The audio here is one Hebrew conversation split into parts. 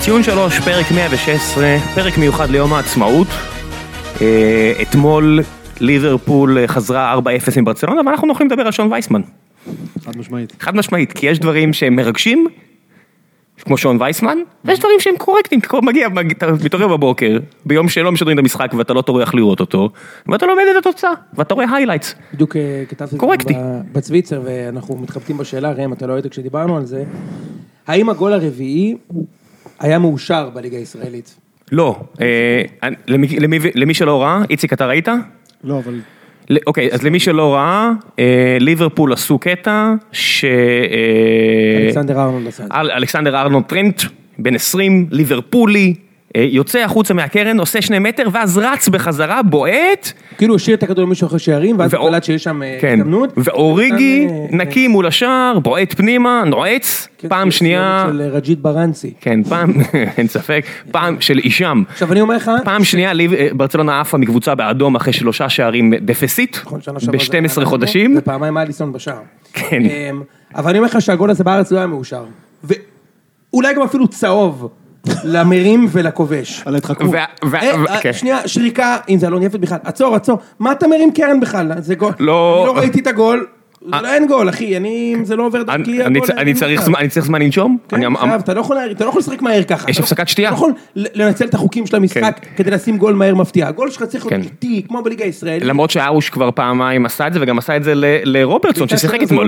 ציון 3, פרק 116, פרק מיוחד ליום העצמאות. אתמול ליברפול חזרה 4-0 עם ברצלונה, ואנחנו נוכלים לדבר על שון וייסמן. חד משמעית. חד משמעית, כי יש דברים שהם מרגשים, כמו שון וייסמן, ויש דברים שהם קורקטים, אתה מתעורר בבוקר, ביום שלא משדרים את המשחק ואתה לא טורח לראות אותו, ואתה לומד את התוצאה, ואתה רואה היילייטס. בדיוק כתבתי בצוויצר, ואנחנו מתחבטים בשאלה, ראם, אתה לא יודע כשדיברנו על זה, האם הגול הרביעי היה מאושר בליגה הישראלית? לא, למי שלא ראה, איציק, אתה ראית? לא, אבל... אוקיי, אז למי שלא ראה, ליברפול עשו קטע אלכסנדר ארנולד טרנט, בן 20, ליברפולי, יוצא החוצה מהקרן, עושה 2 מטר, ואז רץ בחזרה, בועט. כאילו השאיר את הכדור למישהו אחרי שערים, ואז קלט שיש שם הזדמנות. ואוריגי נקי מול השער, בועט פנימה, נועץ, פעם שנייה... של רג'ית ברנסי. כן, פעם, אין ספק, פעם של אישם. עכשיו אני אומר לך... פעם שנייה, ברצלונה עפה מקבוצה באדום אחרי 3 שערים דפסיט, ב-12 חודשים. ופעמיים אליסון בשער. כן. אבל אני אומר לך שהגול הזה בארץ לא היה מאושר. ואולי גם אפילו צהוב. למרים ולכובש. על ההתחכמות. שנייה, שריקה, אם זה לא ניפת בכלל. עצור. מה אתה מרים קרן בכלל? זה גול. אני לא ראיתי את הגול. זה לא אין גול, אחי. זה לא עובר דרכי. אני צריך זמן לנשום? אתה לא יכול לשחק מהר ככה. יש הפסקת שתייה. אתה לא יכול לנצל את החוקים של המשחק כדי לשים גול מהר מפתיע. הגול שלך צריך להיות איטי, כמו בליגה הישראלית. למרות שהארוש כבר פעמיים עשה את זה, וגם עשה את זה לרוברטסון, ששיחק אתמול.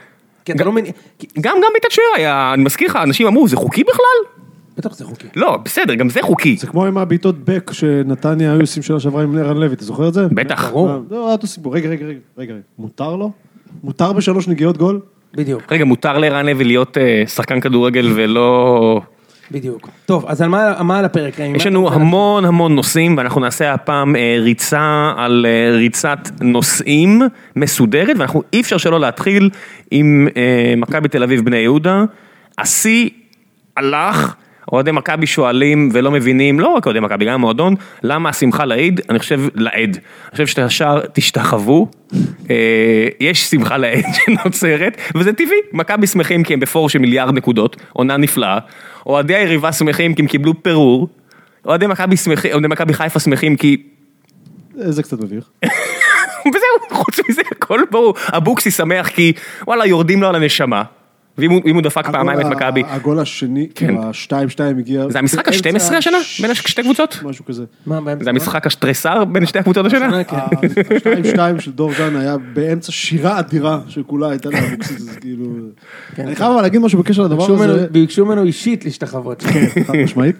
גם ביתת שוער, אני מזכיר לך, אנשים אמרו, זה חוקי בכלל? בטח זה חוקי. לא, בסדר, גם זה חוקי. זה כמו עם הביתות בק שנתניה היו עושים שנה שעברה עם ערן לוי, אתה זוכר את זה? בטח. לא, אותו סיפור, רגע, מותר לו? מותר ב3 נגיעות גול? בדיוק. רגע, מותר לערן לוי להיות שחקן כדורגל ולא... בדיוק. טוב, אז על מה על הפרק? יש לנו המון נושאים, ואנחנו נעשה הפעם ריצה על ריצת נושאים מסודרת, ואנחנו אי אפשר שלא להתחיל עם מכבי תל אביב בני יהודה. השיא הלך, אוהדי מכבי שואלים ולא מבינים, לא רק אוהדי מכבי, גם המועדון, למה השמחה לעד? אני חושב שאתה ישר תשתחוו, יש שמחה לעד שנוצרת, וזה טבעי, מכבי שמחים כי הם בפור של 1,000,000,000 נקודות, עונה נפלאה, אוהדי היריבה שמחים כי הם קיבלו פירור, אוהדי מכבי חיפה שמחים כי... זה קצת מביך. וזהו, חוץ מזה, הכל ברור, הבוקסי שמח כי, וואלה, יורדים לו על הנשמה, ואם הוא דפק פעמיים את מכבי. הגול השני, ה-2-2 הגיע... זה המשחק ה-12 השנה? בין שתי קבוצות? משהו כזה. זה המשחק ה-13 בין שתי הקבוצות השנה? ה-2-2 של דור ז'אן היה באמצע שירה אדירה שכולה הייתה לה אבוקסיס, כאילו... אני חייב להגיד משהו בקשר לדבר הזה. ביקשו ממנו אישית להשתחוות. כן, חד משמעית.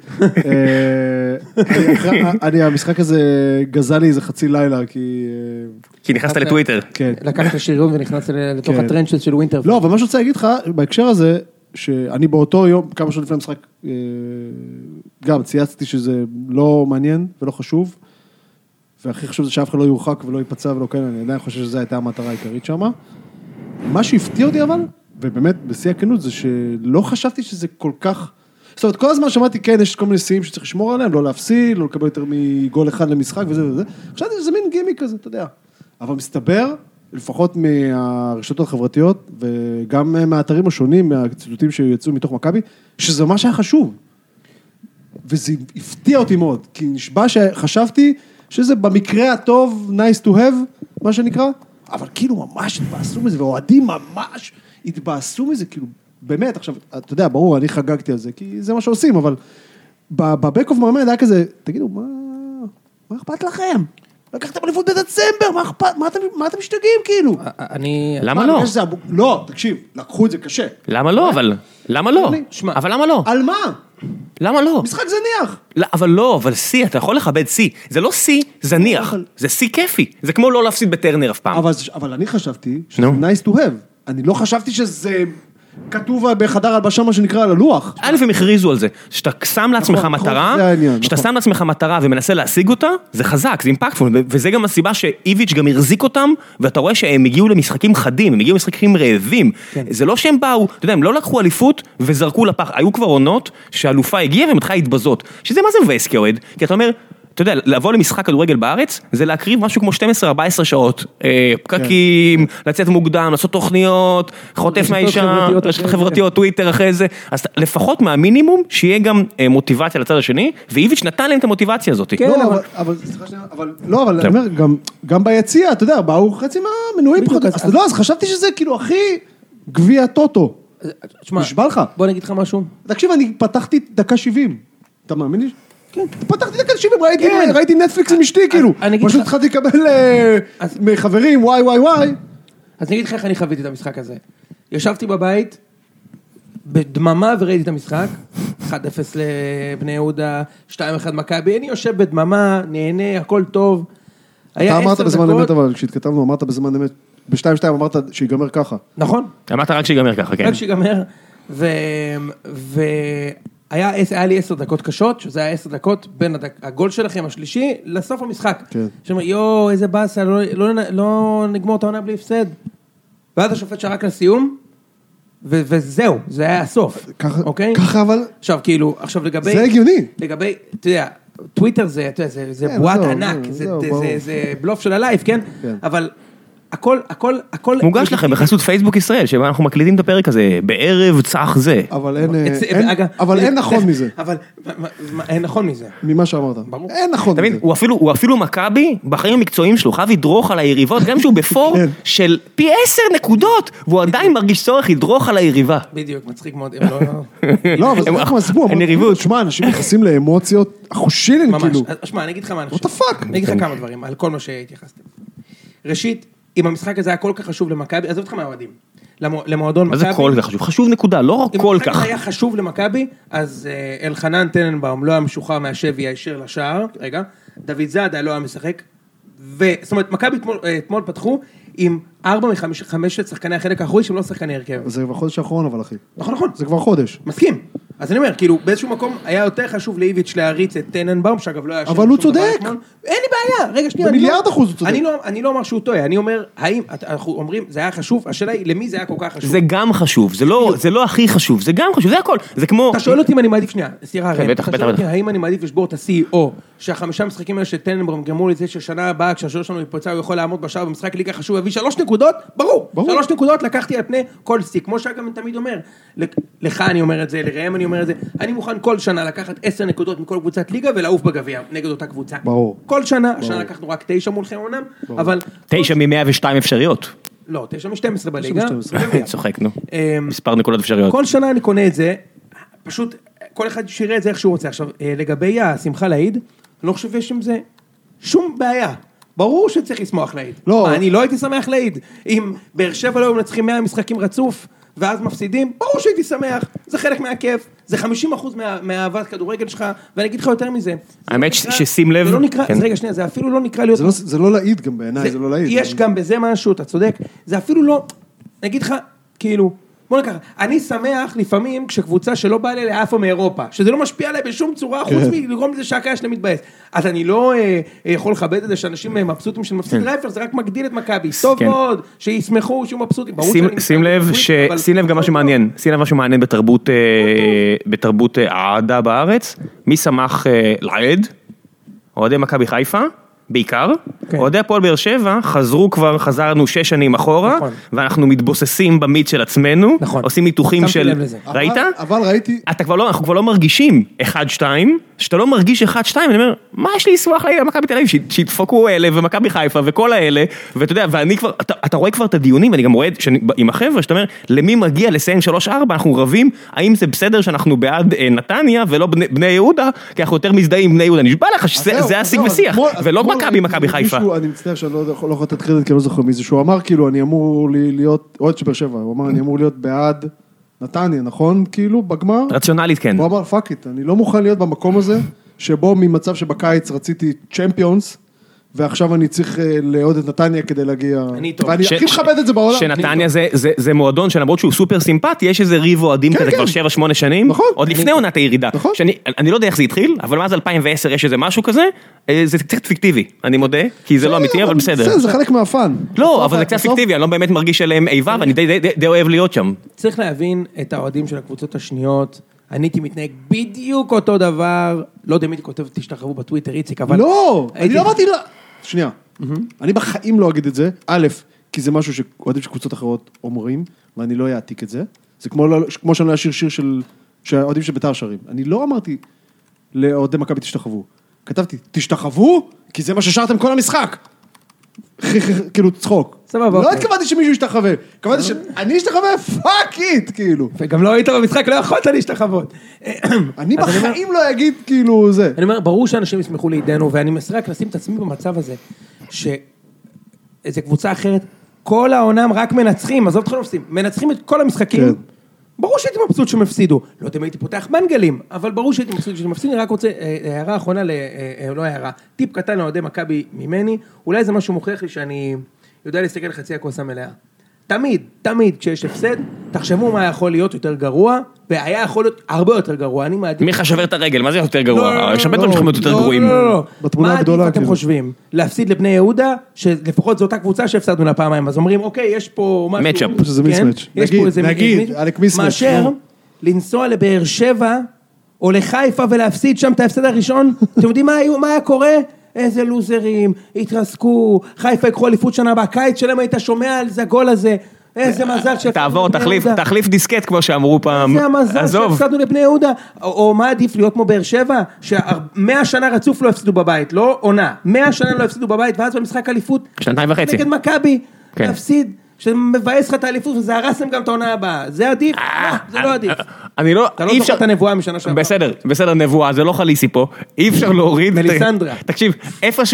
המשחק הזה גזל לי איזה חצי לילה, כי נכנסת לטוויטר. לקחת שריון ונכנס לתוך הטרנד של ווינטר. לא, אבל מה שרוצה להגיד לך, בהקשר הזה, שאני באותו יום, כמה שעות לפני המשחק, גם צייצתי שזה לא מעניין ולא חשוב, והכי חשוב זה שאף אחד לא יורחק ולא ייפצע ולא כן, אני עדיין חושב שזו הייתה המטרה העיקרית שם. מה שהפתיע אותי אבל, ובאמת בשיא הכנות, זה שלא חשבתי שזה כל כך... זאת אומרת, כל הזמן שמעתי, כן, יש כל מיני שיאים שצריך לשמור עליהם, לא להפסיד, לא לקבל יותר מגול אחד למשחק וזה וזה. חשבתי שזה מין גימיק כזה, אתה יודע. אבל מסתבר, לפחות מהרשתות החברתיות, וגם מהאתרים השונים, מהציטוטים שיצאו מתוך מכבי, שזה ממש היה חשוב. וזה הפתיע אותי מאוד, כי נשבע שחשבתי שזה במקרה הטוב, nice to have, מה שנקרא, אבל כאילו ממש התבאסו מזה, ואוהדים ממש התבאסו מזה, כאילו, באמת, עכשיו, אתה יודע, ברור, אני חגגתי על זה, כי זה מה שעושים, אבל בבק אוף מעמד היה כזה, תגידו, מה אכפת לכם? לקחתם אליפות בדצמבר, מה אתם משתגעים כאילו? למה לא? לא, תקשיב, לקחו את זה קשה. למה לא, אבל? למה לא? אבל למה לא? על מה? למה לא? משחק זניח. אבל לא, אבל סי, אתה יכול לכבד סי. זה לא סי, זניח. זה סי כיפי. זה כמו לא להפסיד בטרנר אף פעם. אבל אני חשבתי שזה nice to have. אני לא חשבתי שזה... כתוב בחדר הלבשה מה שנקרא על הלוח. הם הכריזו על זה, שאתה שם לעצמך מטרה, שאתה שם לעצמך מטרה ומנסה להשיג אותה, זה חזק, זה אימפקטפול, וזה גם הסיבה שאיביץ' גם הרזיק אותם, ואתה רואה שהם הגיעו למשחקים חדים, הם הגיעו למשחקים רעבים, זה לא שהם באו, אתה יודע, הם לא לקחו אליפות וזרקו לפח, היו כבר עונות שהאלופה הגיעה ומתחילה להתבזות, שזה מה זה מבאס כאוהד, כי אתה אומר, אתה יודע, לבוא למשחק כדורגל בארץ, זה להקריב משהו כמו 12-14 שעות. פקקים, לצאת מוקדם, לעשות תוכניות, חוטף מהאישה, רשתות חברתיות, טוויטר אחרי זה. אז לפחות מהמינימום, שיהיה גם מוטיבציה לצד השני, ואיביץ' נתן להם את המוטיבציה הזאת. אבל אני אומר, גם ביציאה, אתה יודע, באו חצי מהמנויים פחות. אז חשבתי שזה כאילו הכי גביע טוטו. נשבע לך. בוא נגיד לך משהו. תקשיב, אני פתחתי דקה 70. אתה מאמין לי? כן. פתחתי דקה 70, ראיתי נטפליקס עם אשתי, כאילו. פשוט התחלתי לקבל מחברים, וואי. אז אני אגיד לך איך אני חוויתי את המשחק הזה. ישבתי בבית, בדממה וראיתי את המשחק, 1-0 לבני יהודה, 2-1 מכבי, אני יושב בדממה, נהנה, הכל טוב. אתה אמרת בזמן אמת, אבל כשהתכתבנו, אמרת בזמן אמת, ב-2-2 אמרת שיגמר ככה. נכון. אמרת רק שיגמר ככה, כן. רק שיגמר, היה לי 10 דקות קשות, שזה היה 10 דקות בין הגול שלכם השלישי לסוף המשחק. שאומר, יו, איזה באסה, לא נגמור את העונה בלי הפסד. ואז השופט שרק לסיום, וזהו, זה היה הסוף. אוקיי? ככה אבל... עכשיו לגבי... זה הגיוני. לגבי, אתה יודע, טוויטר זה בועת ענק, זה בלוף של הלייב, כן? אבל... הכל... מוגש לכם בחסות פייסבוק ישראל, שבה אנחנו מקלידים את הפרק הזה, בערב צח זה. אבל אין נכון מזה. אבל אין נכון מזה. ממה שאמרת. אין נכון מזה. הוא אפילו מכבי, בחיים המקצועיים שלו, חייב לדרוך על היריבות, גם שהוא בפור של פי 10 נקודות, והוא עדיין מרגיש צורך לדרוך על היריבה. בדיוק, מצחיק מאוד. לא, אבל זה איך מסבו. אין יריבות. שמע, אנשים נכנסים לאמוציות, החושילן כאילו. שמע, אני אגיד לך מה אני חושב. What the fuck? אני אגיד לך כמה דברים, על כל מה שהתייחסתם. ראשית, אם המשחק הזה היה כל כך חשוב למכבי, עזוב אותך מהאוהדים, למועדון מכבי. מה זה כל כך חשוב? חשוב נקודה, לא רק כל כך. אם המשחק היה חשוב למכבי, אז אלחנן טננבאום לא היה משוחרר מהשבי הישר לשער, רגע, דוד זאדה לא היה משחק, זאת אומרת, מכבי אתמול פתחו עם 4 מ-5 שחקני החלק האחורי, שהם לא שחקני הרכב. זה כבר חודש האחרון אבל אחי. נכון. זה כבר חודש. מסכים. אז אני אומר, כאילו, באיזשהו מקום היה יותר חשוב לאיביץ' להריץ את טננבאום, שאגב לא היה אבל הוא צודק. אין לי בעיה, רגע שנייה. במיליארד אחוז הוא צודק. אני לא אומר שהוא טועה, אני אומר, האם, אנחנו אומרים, זה היה חשוב, השאלה היא, למי זה היה כל כך חשוב? זה גם חשוב, זה לא הכי חשוב, זה גם חשוב, זה הכל, זה כמו... אתה שואל אותי אם אני מעדיף, שנייה, סליחה, אתה שואל אותי, האם אני מעדיף לשבור את ה-CEO, שהחמישה משחקים האלה שטננבאום גמרו לזה ששנה הבאה, כשהשאלה שלנו יפוצע, הוא יכול לעמוד בשער במשחק ליגה חשוב, הביא 3 נקודות, ברור, 3 נקודות לקחתי על פני כל סטיק, כמו שאגב אני תמיד אומר, לך אני אומר את זה, לראם אני אומר את זה, אני מוכן כל שנה לקחת 10 נקודות מכל קבוצת ליגה ולעוף בגביע נגד אותה קבוצה. ברור. כל שנה, השנה לקחנו רק 9 מולכם אומנם, אבל 9 מ-102 אפשריות. לא, 9 מ-12 בליגה. צוחק, נו. מספר נקודות אפשריות. כל שנה אני קונה את זה, פשוט כל אחד שיראה את זה איך שהוא רוצה. עכשיו, לגבי השמחה להעיד, אני לא חושב שיש עם זה שום בעיה. ברור שצריך לשמוח להעיד. לא. אני לא הייתי שמח להעיד. אם באר שבע לא מנצחים 100 משחקים רצוף, ואז מפסידים, ברור שהייתי שמח, זה חלק מהכיף, זה 50% מהאהבת כדורגל שלך, ואני אגיד לך יותר מזה. האמת ששים לב... זה לא נקרא, רגע שנייה, זה אפילו לא נקרא להיות... זה לא להעיד גם בעיניי, זה לא להעיד. יש גם בזה משהו, אתה צודק, זה אפילו לא, נגיד לך, כאילו, בוא נקרא, אני שמח לפעמים כשקבוצה שלא באה לי לעפה מאירופה, שזה לא משפיע עליי בשום צורה, חוץ מלגרום לזה שהקהל שלהם מתבאס. אז אני לא יכול לכבד את זה שאנשים מבסוטים של מפסיד רייפר, זה רק מגדיל את מכבי. טוב מאוד, שישמחו, שיהיו מבסוטים. שים לב גם משהו מעניין, שים לב משהו מעניין בתרבות העדה בארץ. מי שמח לעד? אוהדי מכבי חיפה? בעיקר, אוהדי הפועל באר שבע חזרנו 6 שנים אחורה, ואנחנו מתבוססים במיץ של עצמנו, עושים ניתוחים של... ראית? אבל ראיתי... אנחנו כבר לא מרגישים 1-2, שאתה לא מרגיש 1-2, אני אומר, מה יש לי לסמוך לי למכבי תל אביב, שידפקו אלה ומכבי חיפה וכל האלה, ואתה יודע, ואני כבר, אתה רואה כבר את הדיונים, ואני גם רואה עם החבר'ה, שאתה אומר, למי מגיע לסיים 3-4, אנחנו רבים, האם זה בסדר שאנחנו בעד נתניה ולא בני יהודה, כי אנחנו יותר מזדהים עם בני יהודה, נשבע לך שזה השיג ושיח, ולא מכבי חיפה. אני מצטער שאני לא יכול לתת קרדיט, כי אני לא זוכר מי זה, שהוא אמר כאילו, אני אמור להיות, אוהד של באר שבע, הוא אמר, אני אמור להיות בעד נתניה, נכון? כאילו, בגמר? רציונלית, כן. הוא אמר, פאק איט, אני לא מוכן להיות במקום הזה, שבו ממצב שבקיץ רציתי צ'מפיונס, ועכשיו אני צריך לעוד את נתניה כדי להגיע... ואני הכי מכבד את זה בעולם. שנתניה זה מועדון שלמרות שהוא סופר סימפטי, יש איזה ריב אוהדים כזה כבר 7-8 שנים, עוד לפני עונת הירידה. אני לא יודע איך זה התחיל, אבל מאז 2010 יש איזה משהו כזה, זה קצת פיקטיבי, אני מודה, כי זה לא אמיתי, אבל בסדר. זה חלק מהפן. לא, אבל זה קצת פיקטיבי, אני לא באמת מרגיש עליהם איבה, ואני די אוהב להיות שם. צריך להבין את האוהדים של הקבוצות השניות, אני הייתי מתנהג בדיוק אותו דבר, לא יודע אם הייתי כותב, תשתחררו בטוויטר, איציק, אבל... לא, אני לא אמרתי לה... שנייה, אני בחיים לא אגיד את זה, א', כי זה משהו שאוהדים של קבוצות אחרות אומרים, ואני לא אעתיק את זה, זה כמו שאני לא אשיר שיר של אוהדים של בית"ר שרים, אני לא אמרתי לאוהדי מכבי תשתחוו, כתבתי, תשתחוו, כי זה מה ששרתם כל המשחק. כאילו צחוק. סבבה. לא התכוונתי שמישהו ישתחווה, התכוונתי שאני אשתחווה, פאק איט, כאילו. וגם לא היית במשחק, לא יכולת להשתחוות. אני בחיים לא אגיד כאילו זה. אני אומר, ברור שאנשים ישמחו לידינו, ואני מסרק לשים את עצמי במצב הזה, שאיזו קבוצה אחרת, כל העונם רק מנצחים, עזוב אותך לא מפסידים, מנצחים את כל המשחקים, ברור שהייתי מבסוט שהם הפסידו, לא יודע אם הייתי פותח מנגלים, אבל ברור שהייתי מבסוט שהם הפסידו, אני רק רוצה, הערה האחרונה, לא הערה, טיפ קטן לאוהדי מכבי ממני, אולי זה משהו מוכיח לי שאני יודע להסתכל על חצי הכוס המלאה. תמיד כשיש הפסד, תחשבו מה יכול להיות יותר גרוע, והיה יכול להיות הרבה יותר גרוע, אני מעדיף... מי חשבר את הרגל, מה זה יותר גרוע? יש הרבה דברים שיכולים להיות יותר גרועים. לא. בתמונה מה הגדולה, עדיף אתם חושבים? להפסיד לבני יהודה, שלפחות זו אותה קבוצה שהפסדנו לה פעמיים, אז אומרים, אוקיי, יש פה משהו... מאצ'אפ. שזה מיסמץ'. נגיד, אלק מיסמץ'. מאשר לנסוע לבאר שבע, או לחיפה ולהפסיד שם את ההפסד הראשון, אתם יודעים מה היה קורה? איזה לוזרים, התרסקו, חיפה יקחו אליפות שנה בקיץ שלהם, היית שומע על זה הגול הזה, איזה מזל תעבור, תחליף דיסקט כמו שאמרו פעם. זה המזל שהפסדנו לבני יהודה, או מה עדיף להיות כמו באר שבע, ש100 שנה רצוף לא הפסידו בבית, לא עונה, 100 שנה לא הפסידו בבית, ואז במשחק אליפות, 2.5. נגד מכבי, להפסיד, שמבאס לך את האליפות, וזה הרסם גם את העונה הבאה, זה עדיף? לא, זה לא עדיף. אני לא, אתה לא זוכר את הנבואה משנה שעברה. בסדר, נבואה, זה לא חליסי פה, אי אפשר להוריד. מליסנדרה. תקשיב, איפה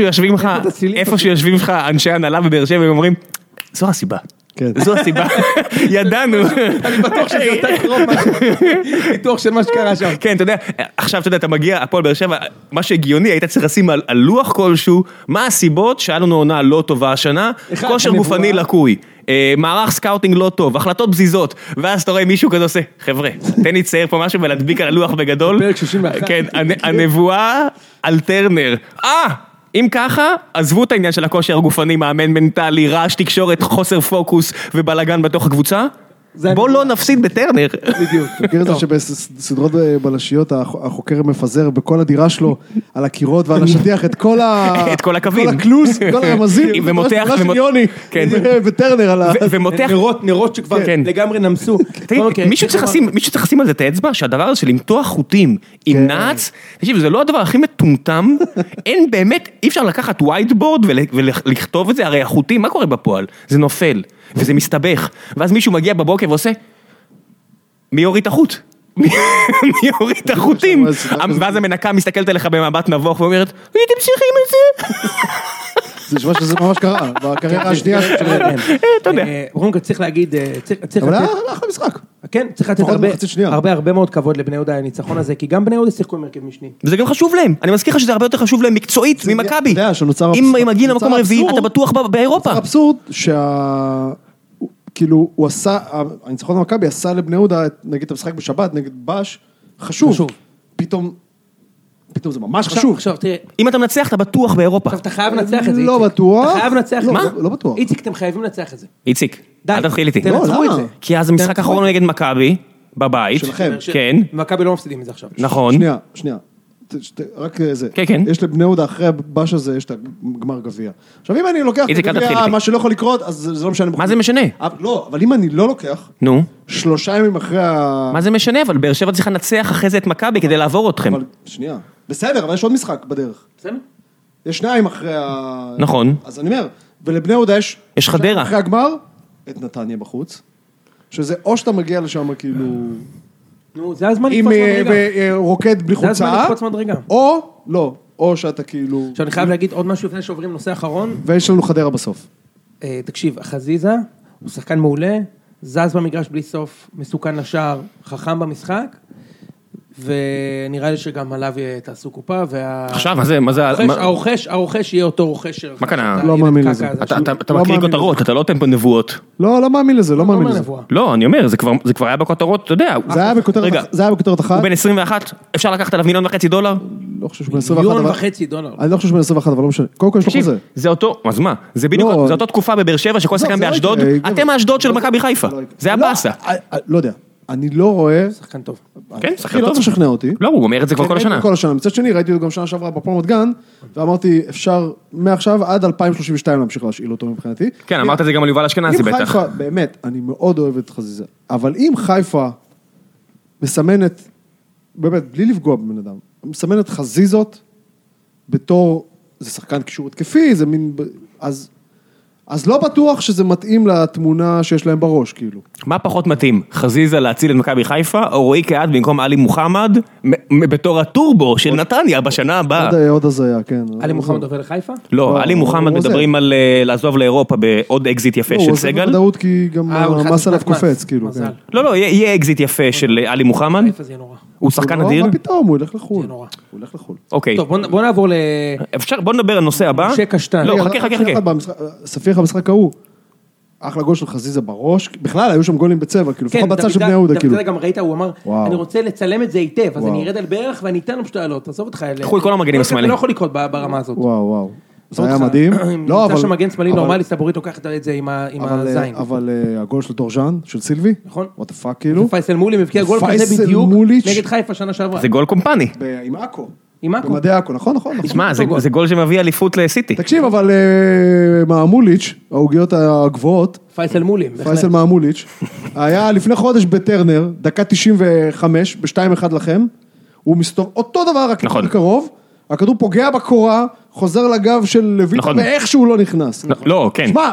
שיושבים לך אנשי הנהלה בבאר שבע, הם אומרים, זו הסיבה. זו הסיבה, ידענו. אני בטוח שזה יותר קרוב, ביטוח של מה שקרה שם. כן, אתה יודע, עכשיו אתה יודע, אתה מגיע, הפועל באר שבע, מה שהגיוני, היית צריך לשים על לוח כלשהו, מה הסיבות שהיה לנו עונה לא טובה השנה, כושר גופני לקוי, מערך סקאוטינג לא טוב, החלטות בזיזות, ואז אתה רואה מישהו כזה עושה, חבר'ה, תן לי לצייר פה משהו ולהדביק על הלוח בגדול. פרק 61. כן, הנבואה על טרנר. אם ככה, עזבו את העניין של הכושר הגופני, מאמן מנטלי, רעש תקשורת, חוסר פוקוס ובלגן בתוך הקבוצה. בוא לא נפסיד בטרנר. בדיוק. תכיר את זה שבסדרות בלשיות החוקר מפזר בכל הדירה שלו על הקירות ועל השטיח את כל הקווים. כל הקלוס, כל הרמזים. ומותח. וטרנר על ה... ומותח. נרות שכבר לגמרי נמסו. מישהו צריך לשים על זה את האצבע, שהדבר הזה של למתוח חוטים עם נעץ, תקשיב, זה לא הדבר הכי מטומטם, אין באמת, אי אפשר לקחת ווייטבורד ולכתוב את זה, הרי החוטים, מה קורה בפועל? זה נופל. וזה מסתבך, ואז מישהו מגיע בבוקר ועושה, מי יוריד את החוט? מי יוריד את החוטים? ואז המנקה מסתכלת עליך במבט נבוך ואומרת, הייתם צריכים את זה? זה נשמע שזה ממש קרה, בקריירה השנייה. אתה יודע. רונקה צריך להגיד, אבל היה אחלה משחק. כן, צריך לתת הרבה מאוד כבוד לבני יהודה הניצחון הזה, כי גם בני יהודה שיחקו עם הרכב משני. וזה גם חשוב להם, אני מזכיר לך שזה הרבה יותר חשוב להם מקצועית ממכבי. אם מגיעים למקום הרביעי, אתה בטוח באירופה. זה אבסורד כאילו הוא עשה, הניצחון המכבי עשה לבני יהודה, נגיד את המשחק בשבת, נגד בש, חשוב. פתאום זה ממש חשוב. עכשיו תראה, אם אתה מנצח, אתה בטוח באירופה. עכשיו אתה חייב לנצח את זה, לא בטוח. אתה חייב לנצח את זה. מה? לא בטוח. איציק, אתם חייבים לנצח את זה. איציק, אל תתחיל איתי. תנצחו את זה. כי אז המשחק האחרון נגד מכבי, בבית. שלכם. כן. מכבי לא מפסידים את זה עכשיו. נכון. שנייה. רק זה. כן. יש לבני יהודה אחרי הבש הזה, יש את הגמר גביע. עכשיו אם אני לוקח את הגביע, מה שלא יכול לקרות, אז זה לא משנה. מה זה משנה? לא, אבל אם אני לא לוקח, 3 ימים אחרי מה זה משנה? אבל באר שבע צריכה לנצח אחרי זה את מכבי כדי לעבור אתכם. שנייה. בסדר, אבל יש עוד משחק בדרך. בסדר? יש 2 אחרי נכון. אז אני אומר, ולבני יהודה יש חדרה. אחרי הגמר, את נתניה בחוץ, שזה או שאתה מגיע לשם כאילו... נו, זה הזמן לקפוץ מדרגה. רוקד בלי חוצה. זה הזמן לקפוץ מדרגה. או שאתה כאילו... עכשיו אני חייב להגיד עוד משהו לפני שעוברים נושא אחרון. ויש לנו חדרה בסוף. תקשיב, חזיזה הוא שחקן מעולה, זז במגרש בלי סוף, מסוכן לשער, חכם במשחק, ונראה לי שגם עליו תעשו קופה, עכשיו, מה זה? הרוכש יהיה אותו רוכש. מה כאן? לא מאמין לזה. אתה מקריא כותרות, אתה לא נותן פה נבואות. לא מאמין לזה, לא מאמין לזה. לא, אני אומר, זה כבר היה בכותרות, אתה יודע. זה היה בכותרת אחת. הוא בן 21, אפשר לקחת עליו $1.5 מיליון? לא חושב שהוא בן 21. $1.5. אני לא חושב שהוא בן 21, אבל לא משנה. קודם כל יש לו חוזה. זה אותו, אז מה? זה בדיוק, זה אותו תקופה בבאר שבע, שכל שחקן באשדוד, אתם האשדוד של מכבי חיפה. זה הבאסה. לא יודע. אני לא רואה... שחקן טוב. כן, שחקן לא טוב. צריך לשכנע אותי. לא, הוא אומר את זה כבר כל השנה. כל השנה. מצד שני, ראיתי אותו גם שנה שעברה בפרומות גן, ואמרתי, אפשר מעכשיו עד 2032 להמשיך להשאיל אותו מבחינתי. כן, אמרת את זה גם על יובל אשכנזי בטח. אם חיפה, באמת, אני מאוד אוהב את חזיזה, אבל אם חיפה מסמנת, באמת, בלי לפגוע בבן אדם, מסמנת חזיזות בתור, זה שחקן קישור התקפי, זה מין, אז לא בטוח שזה מתאים לתמונה שיש להם בראש, כאילו. מה פחות מתאים? חזיזה להציל את מכבי חיפה, או רועי קהת במקום עלי מוחמד, בתור הטורבו של נתניה בשנה הבאה? עוד הזיה, כן. עלי מוחמד עובר לחיפה? לא, עלי מוחמד מדברים על לעזוב לאירופה בעוד אקזיט יפה של סגל. הוא בוודאות כי גם המס עליו קופץ, כאילו. לא, יהיה אקזיט יפה של עלי מוחמד. חיפה זה יהיה נורא. הוא שחקן אדיר? מה פתאום, הוא ילך לחול. זה נורא. הוא ילך לחול. אוקיי. טוב, בוא נעבור אפשר, בוא נדבר על נושא הבא. משה קשטן. לא, חכה. ספיח במשחק ההוא. אחלה גול של חזיזה בראש, בכלל היו שם גולים בצבע, כאילו, לפחות בצד של בני יהודה, כאילו. גם ראית, הוא אמר, אני רוצה לצלם את זה היטב, אז אני ארד על בערך ואני אתן לו פשוט לעלות, תעזוב אותך. קחו את כל המגנים השמאליים. זה לא יכול לקרות ברמה הזאת. וואו. זה היה מדהים. לא, אבל... שמגן שמאלי נורמלי, סטבורית לוקח את זה עם הזין. אבל הגול של דורז'אן, של סילבי, נכון. what the fuck, כאילו. פייסל מולי מבקיע גול כזה בדיוק נגד חיפה שנה שעברה. זה גול קומפני. עם אקו. עם אקו. במדעי אקו, נכון. תשמע, זה גול שמביא אליפות לסיטי. תקשיב, אבל מעמוליץ', ההוגיות הגבוהות, פייסל מולי. פייסל מעמוליץ', היה לפני חודש בטרנר, דקה 95, ב-2-1 לכם, הוא מסתובב, אותו דבר, רק יותר קרוב, הכדור פוגע בקורה, חוזר לגב של לויטה, ואיכשהו לא נכנס. לא, כן. תשמע,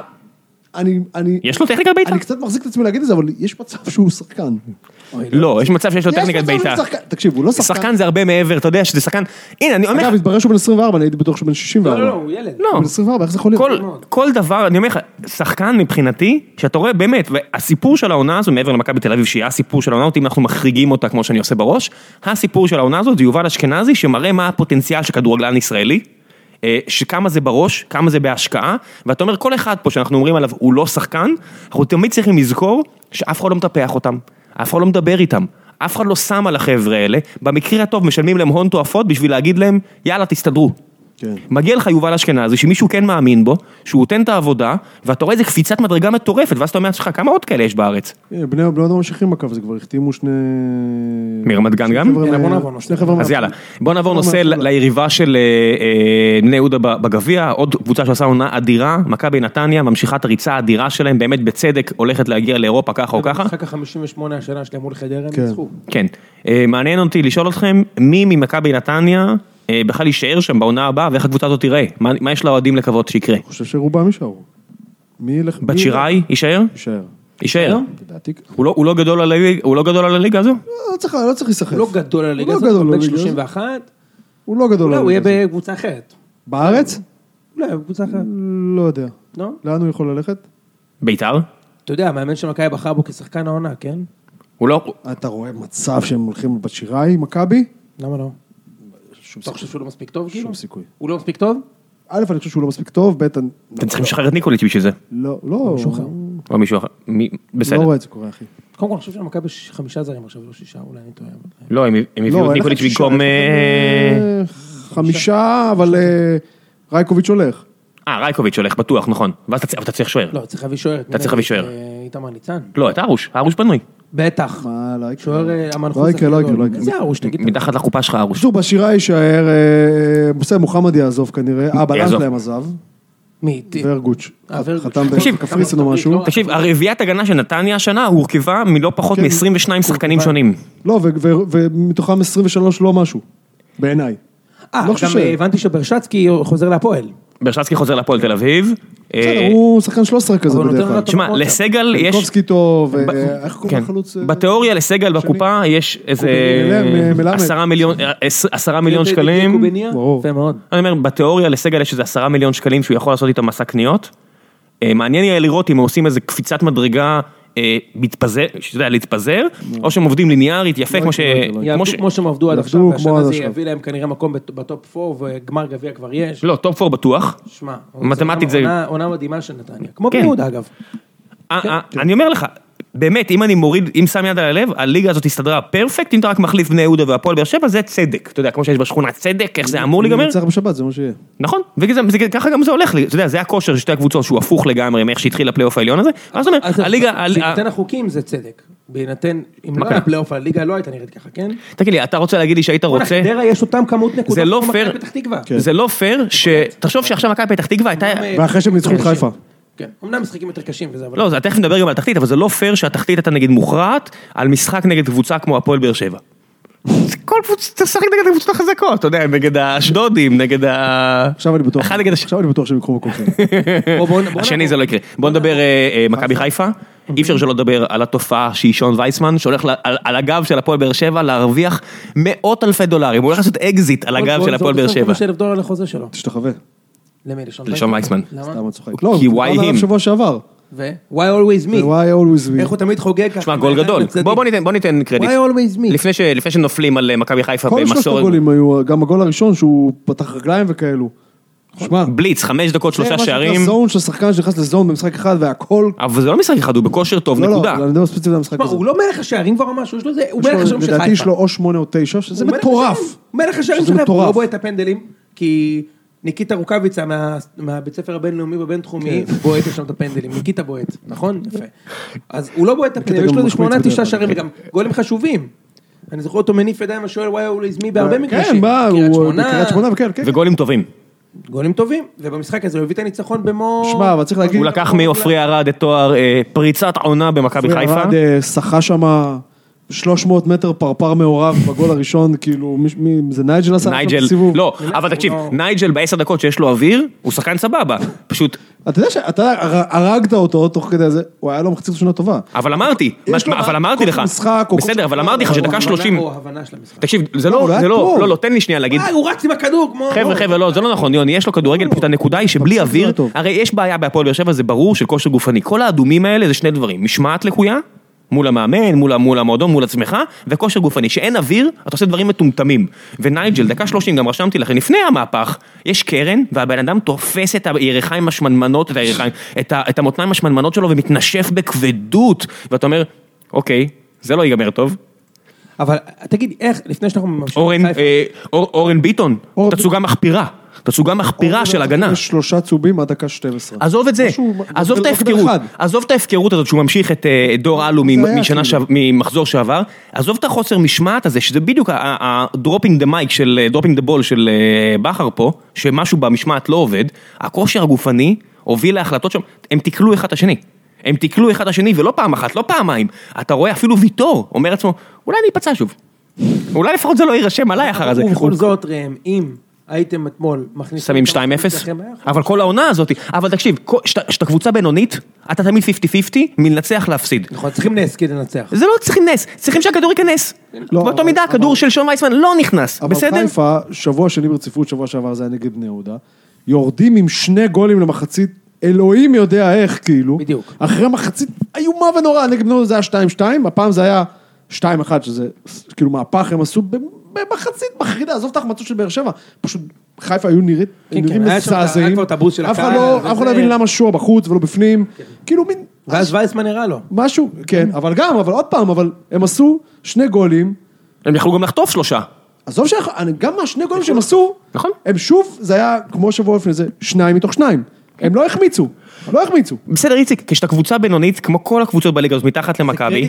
יש לו טכניקת בעיטה? אני קצת מחזיק את עצמי להגיד את זה, אבל יש מצב שהוא שחקן. לא, יש מצב שיש לו טכניקת בעיטה. תקשיב, הוא לא שחקן. שחקן זה הרבה מעבר, אתה יודע שזה שחקן... הנה, אני אומר... אגב, התברר שהוא בן 24, אני הייתי בטוח שהוא בן 64. לא, הוא ילד. לא. בן 24, איך זה יכול להיות? כל דבר, אני אומר לך, שחקן מבחינתי, שאתה רואה באמת, והסיפור של העונה הזו, מעבר למכבי בתל אביב, שהיא הסיפור של העונה הזאת, אם אנחנו מחריגים אותה כמו שאני עושה בראש, הסיפור של העונה הזאת זה יובל אשכנזי, שמראה מה הפוטנציאל של כדורגלן ישראלי, שכמה זה בראש, כמה זה בהשקעה, ואתה אומר, כל אחד פה שאנחנו אומרים עליו, הוא לא שחקן, אנחנו תמיד צריכים לזכור שאף אחד לא מטפח אותם, אף אחד לא מדבר איתם, אף אחד לא שם על החבר'ה האלה, במקרה הטוב משלמים להם הון תועפות בשביל להגיד להם, יאללה תסתדרו. כן. מגיע לך יובל אשכנזי, שמישהו כן מאמין בו, שהוא נותן את העבודה, ואתה רואה איזה קפיצת מדרגה מטורפת, ואז אתה אומר לך, כמה עוד כאלה יש בארץ? בני אדם ממשיכים בקו, זה כבר החתימו שני... מרמת גן גם? אז יאללה, בוא נעבור נושא ליריבה של בני יהודה בגביע, עוד קבוצה שעושה עונה אדירה, מכבי נתניה, ממשיכה את הריצה האדירה שלהם, באמת בצדק הולכת להגיע לאירופה ככה או ככה. אחר כך 58 השנה שלהם מול חדרה, הם ניצחו. כן, מעניין אותי לשאול אתכם, מי ממכבי נתניה בכלל יישאר שם בעונה הבאה, ואיך הקבוצה הזאת תראה? מה יש לאוהדים לקוות שיקרה? אני חושב שרובם יישארו. בת שיראי יישאר? יישאר. הוא לא גדול על הליגה הזו? לא צריך להיסחף. הוא לא גדול על הליגה הזו, הוא בן 31. הוא לא גדול על הליגה הזו. הליגה הוא יהיה בקבוצה אחרת. בארץ? לא, בקבוצה אחרת. לא יודע. לא? לאן הוא יכול ללכת? בית"ר? אתה יודע, המאמן של מכבי בחר בו כשחקן העונה, כן? הוא לא... אתה רואה מצב שהם הולכים לבת שיראי, מכבי? למה לא? אתה חושב שהוא לא מספיק טוב, כאילו? שום סיכוי. הוא לא מספיק טוב? א', אני חושב שהוא לא מספיק טוב, ב', אתם צריכים לשחרר את ניקוליץ' בשביל זה. לא. מישהו אחר. או מישהו אחר. בסדר. לא רואה את זה קורה, אחי. קודם כל, אני חושב שהמכבי 5 זרים עכשיו, לא 6, אולי אני טועה. לא, הם הביאו את ניקוליץ' במקום... 5, אבל רייקוביץ' הולך. רייקוביץ' הולך, בטוח, נכון. ואז אתה צריך שוער. לא, צריך להביא שוער. אתה צריך להביא שוער. איתמר ניצן. לא, את הרוש פנוי. בטח. שוער המנחוס. לא יקרה. זה הרוש, תגיד. מתחת לחופה שלך הרוש. בקיצור, בשירה יישאר, מוחמד יעזוב כנראה, הבלם שלהם עזב. מי? ורגוץ'. חתם תקשיב, בקפריסין או משהו. תקשיב, הרביעיית הגנה של נתניה השנה הורכבה מלא פחות מ-22 שחקנים שונים. לא, ומתוכם 23 לא משהו. בעיניי. גם הבנתי שברשצקי חוזר להפועל. ברשצקי חוזר להפועל תל אביב. בסדר, הוא שחקן 13 כזה בדרך כלל. תשמע, לסגל יש... קובסקי טוב, איך קוראים לחלוץ? בתיאוריה לסגל בקופה יש איזה 10 מיליון שקלים. יפה מאוד. אני אומר, בתיאוריה לסגל יש איזה 10 מיליון שקלים שהוא יכול לעשות איתם מסע קניות. מעניין יהיה לראות אם הם עושים איזה קפיצת מדרגה להתפזר, או שהם עובדים ליניארית, יפה כמו שהם עבדו עד עכשיו, והשנה זה יביא להם כנראה מקום בטופ 4, וגמר גביע כבר יש. לא, טופ 4 בטוח. שמע, מתמטית זה... עונה מדהימה של נתניה, כמו בני יהודה אגב. אני אומר לך, באמת, אם אני מוריד, אם שם יד על הלב, הליגה הזאת הסתדרה פרפקט, אם אתה רק מחליף בני יהודה והפועל באר שבע, זה צדק. אתה יודע, כמו שיש בשכונה צדק, איך זה אמור להיגמר? נצטרך בשבת, זה מה שיהיה. נכון, וככה גם זה הולך לי. אתה יודע, זה הכושר של שתי הקבוצות שהוא הפוך לגמרי מאיך שהתחיל הפלייאוף העליון הזה. אז אומר, הליגה... כשתיתן החוקים זה צדק. בהינתן, אם לא היה פלייאוף, הליגה לא הייתה נראית ככה, כן? תגיד לי, אתה רוצה להגיד לי שהיית רוצה... חדרה יש אותם כמות נקודות. זה לא פייר, זה לא פייר, תחשוב שעכשיו מכבי פתח תקווה הייתה... ואחרי שהם ניצחו את חיפה. כן, אמנם משחקים יותר קשים וזה, אבל... לא, זה תכף נדבר גם על התחתית, אבל זה לא פייר שהתחתית אתה נגיד מוכרעת על משחק נגד קבוצה כמו הפועל באר שבע. כל קבוצה, תשחק נגד הקבוצות החזקות, אתה יודע, נגד האשדודים, נגד ה... עכשיו אני בטוח שהם יקחו מקום. השני זה לא יקרה. בוא נדבר מכבי חיפה, אי אפשר שלא לדבר על התופעה שהיא שון וייסמן, שהולך על הגב של הפועל באר שבע להרוויח $100,000, הוא הולך לעשות אקזיט על הגב של הפועל באר שבע. $50,000 לחוזה שלו. תשתחווה. למי? לשון וייסמן. סתם את צוחק. לא, כי why him? שבוע שעבר. why always me? why always me? איך הוא תמיד חוגג ככה. שמע, גול גדול. בוא ניתן קרדיט. why always me? לפני שנופלים על מכבי חיפה כל שלושת במסורת. הגולים היו, גם הגול הראשון שהוא פתח רגליים וכאלו. שמע. בליץ, 5 דקות, 3 שערים. זה זון של שחקן שנכנס לזון במשחק אחד והכל. אבל זה לא משחק אחד, הוא בכושר טוב, נקודה. לא, אני יודע ספציפית למשחק הזה. הוא לא מלך השערים כבר ממש, יש לו זה, הוא מלך השערים של חיפה. לדעתי יש לו או 8 או 9, שזה מטורף. הוא מלך השערים של חיפה, הוא לא בועט את הפנדלים, כי ניקיטה רוקביצה מהבית ספר הבינלאומי בבינתחומי, בועט שם את הפנדלים, ניקיטה בועט, נכון? יפה. אז הוא לא בועט את הפנדלים, יש לו איזה 8-9 שערים, וגם גולים חשובים. אני זוכר אותו מניף ידיים השואל, וואי, הוא הזמי בהרבה מגרשים. בקריית שמונה, וכן. וגולים טובים. גולים טובים, ובמשחק הזה הוא הביא את הניצחון במו... שמע, אבל צריך להגיד... הוא לקח מעופרי ארד את תואר פריצת עונה במכבי חיפה. ארד שחה שם 300 מטר פרפר מעורב בגול הראשון, כאילו, זה נייג'ל עשה נייג'ל, לא, אבל תקשיב, נייג'ל ב10 דקות שיש לו אוויר, הוא שחקן סבבה, פשוט... אתה יודע שאתה הרגת אותו תוך כדי זה, הוא היה לו מחצית ראשונה טובה. אבל אמרתי לך, בסדר, אבל אמרתי לך שדקה 30... תקשיב, זה לא, תן לי שנייה להגיד... הוא רץ עם הכדור כמו... חבר'ה, לא, זה לא נכון, יוני, יש לו כדורגל, פשוט הנקודה היא שבלי אוויר, הרי יש בעיה בהפועל באר שבע, זה ברור של כושר גופני, כל האדומים האלה זה שני דברים, משמעת לקויה, מול המאמן, מול המועדון, מול עצמך, וכושר גופני, שאין אוויר, אתה עושה דברים מטומטמים. ונייג'ל, דקה 30, גם רשמתי לכם, לפני המהפך, יש קרן, והבן אדם תופס את הירכיים השמנמנות, את המותניים השמנמנות שלו, ומתנשף בכבדות, ואתה אומר, אוקיי, זה לא ייגמר טוב. אבל תגיד, איך, לפני שאנחנו ממשיכים... אורן ביטון, תצוגה מחפירה. תצוגה מחפירה של הגנה. יש 3 צהובים עד דקה 12. עזוב את זה, עזוב את ההפקרות הזאת שהוא ממשיך את דור אלו ממחזור שעבר, עזוב את החוסר משמעת הזה, שזה בדיוק הדרופינג דה מייק של, דרופינג דה בול של בחר פה, שמשהו במשמעת לא עובד, הכושר הגופני הוביל להחלטות שם, הם תקלו אחד השני. הם תקלו אחד השני, ולא פעם אחת, לא פעמיים. אתה רואה אפילו ויטור, אומר עצמו, אולי אני אפצע שוב. אולי לפחות זה לא יירשם עליי אחר הזה. ובכל זאת, ראם, אם הייתם אתמול שמים 2-0, אבל כל העונה הזאת, אבל תקשיב, שאתה קבוצה בינונית, אתה תמיד 50-50, מלנצח להפסיד. נכון, צריכים נס כדי לנצח. זה לא צריכים נס, צריכים שהכדור ייכנס. באותו מידה, הכדור של שון וייסמן לא נכנס, בסדר? אבל חיפה, שבוע שני ברציפות, שבוע שעבר זה היה נגד בני יהודה, יורדים עם 2 גולים למחצית, אלוהים יודע איך, כאילו. בדיוק. אחרי מחצית, איומה ונורא, נגד בני יהודה זה היה 2-2, הפעם זה היה 2-1, שזה כאילו מהפך, הם עשו במחצית מחרידה, עזוב את ההחמצות של באר שבע, פשוט חיפה היו נראים מזעזעים, אף אחד לא הבין למה שועה בחוץ ולא בפנים, כאילו מין... ואז וייסמן נראה לו. משהו, כן, אבל עוד פעם, אבל הם עשו 2 גולים. הם יכלו גם לחטוף 3. עזוב גם מה2 גולים שהם עשו, הם שוב, זה היה כמו שבוע לפני זה, 2 מתוך 2, הם לא החמיצו. לא החמיצו. בסדר, איציק, כשאתה קבוצה בינונית, כמו כל הקבוצות בליגה הזאת, מתחת למכבי,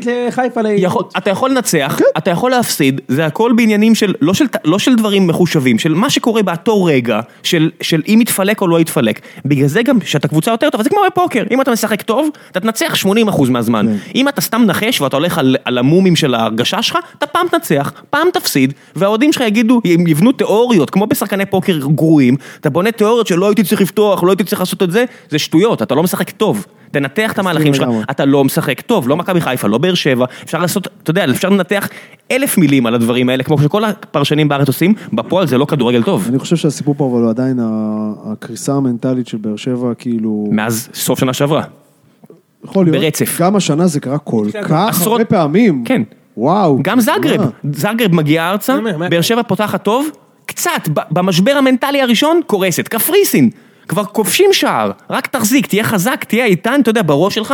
אתה יכול לנצח, אתה יכול להפסיד, זה הכל בעניינים של, לא של דברים מחושבים, של מה שקורה באותו רגע, של אם יתפלק או לא יתפלק. בגלל זה גם, שאתה קבוצה יותר טוב, זה כמו בפוקר, אם אתה משחק טוב, אתה תנצח 80% מהזמן. אם אתה סתם נחש, ואתה הולך על המומים של ההרגשה שלך, אתה פעם תנצח, פעם תפסיד, והאוהדים שלך יגידו, יבנו תיאוריות, כמו בשחקני פוקר גרועים, אתה בונה תיאוריות שלא הייתי צריך לפתוח, לא הייתי צריך לעשות את זה, זה שטויות, אתה לא משחק טוב, תנתח את המהלכים שלך, אתה לא משחק טוב, לא מכבי חיפה, לא באר שבע, אפשר לעשות, אתה יודע, אפשר לנתח 1000 מילים על הדברים האלה, כמו שכל הפרשנים בארץ עושים, בפועל זה לא כדורגל טוב. אני חושב שהסיפור פה, אבל עדיין הקריסה המנטלית של באר שבע, כאילו... מאז סוף שנה שעברה. יכול להיות. ברצף. גם השנה זה קרה כל כך הרבה פעמים. כן. וואו. גם זאגרב מגיע ארצה, באר שבע פותחת טוב, קצת, במשבר המנטלי הראשון, קורסת, קפריסין. כבר כובשים שער, רק תחזיק, תהיה חזק, תהיה איתן, אתה יודע, בראש שלך,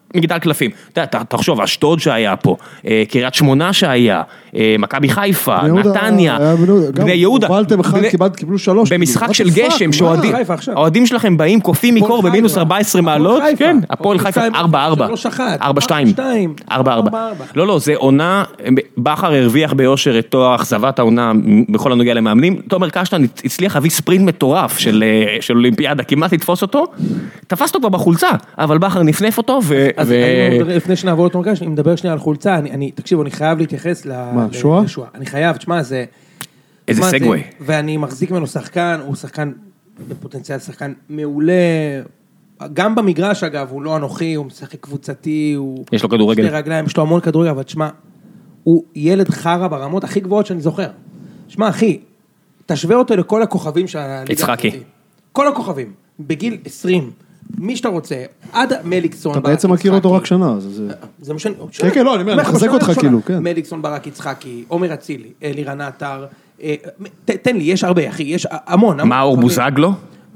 מגדל קלפים. תחשוב, אשדוד שהיה פה, קריית שמונה שהיה, מכבי חיפה, נתניה, בני יהודה. הובלתם אחד, קיבלו 3. במשחק של גשם, שהאוהדים שלכם באים קופים מקור במינוס 14 מעלות, כן, הפועל חיפה 4-4. 4-2. 4-4. לא, זה עונה, בכר הרוויח ביושר את תואר אכזבת העונה בכל הנוגע למאמנים. תומר קשטן הצליח להביא ספרינט מטורף של אולימפיאדה, כמעט לתפוס אותו, תפס אותו כבר בחולצה, אבל בכר נפנף אותו לפני שנעבור לתומר קשטן, אם מדבר שנייה על חולצה, תקשיבו, אני חייב להתייחס שואה? אני חייב, תשמע, זה... איזה סגווי. ואני מחזיק ממנו שחקן, הוא שחקן בפוטנציאל, שחקן מעולה, גם במגרש אגב, הוא לא אנוכי, הוא משחק קבוצתי, יש לו כדורגל. שתי רגליים, יש לו המון כדורגל, אבל תשמע, הוא ילד חרה ברמות הכי גבוהות שאני זוכר. תשמע, אחי, תשווה אותו לכל הכוכבים של הליגה. יצחקי. כל הכוכבים, בגיל 20, מי שאתה רוצה, עד מליקסון. אתה בעצם מכיר אותו רק שנה. זה משנה. כן, לא, אני מחזק אותך כאילו, כן. מליקסון, ברק יצחקי, עומר אצילי, אלירן עטר, תן לי, יש הרבה, אחי, יש המון. מאור בוזגלו?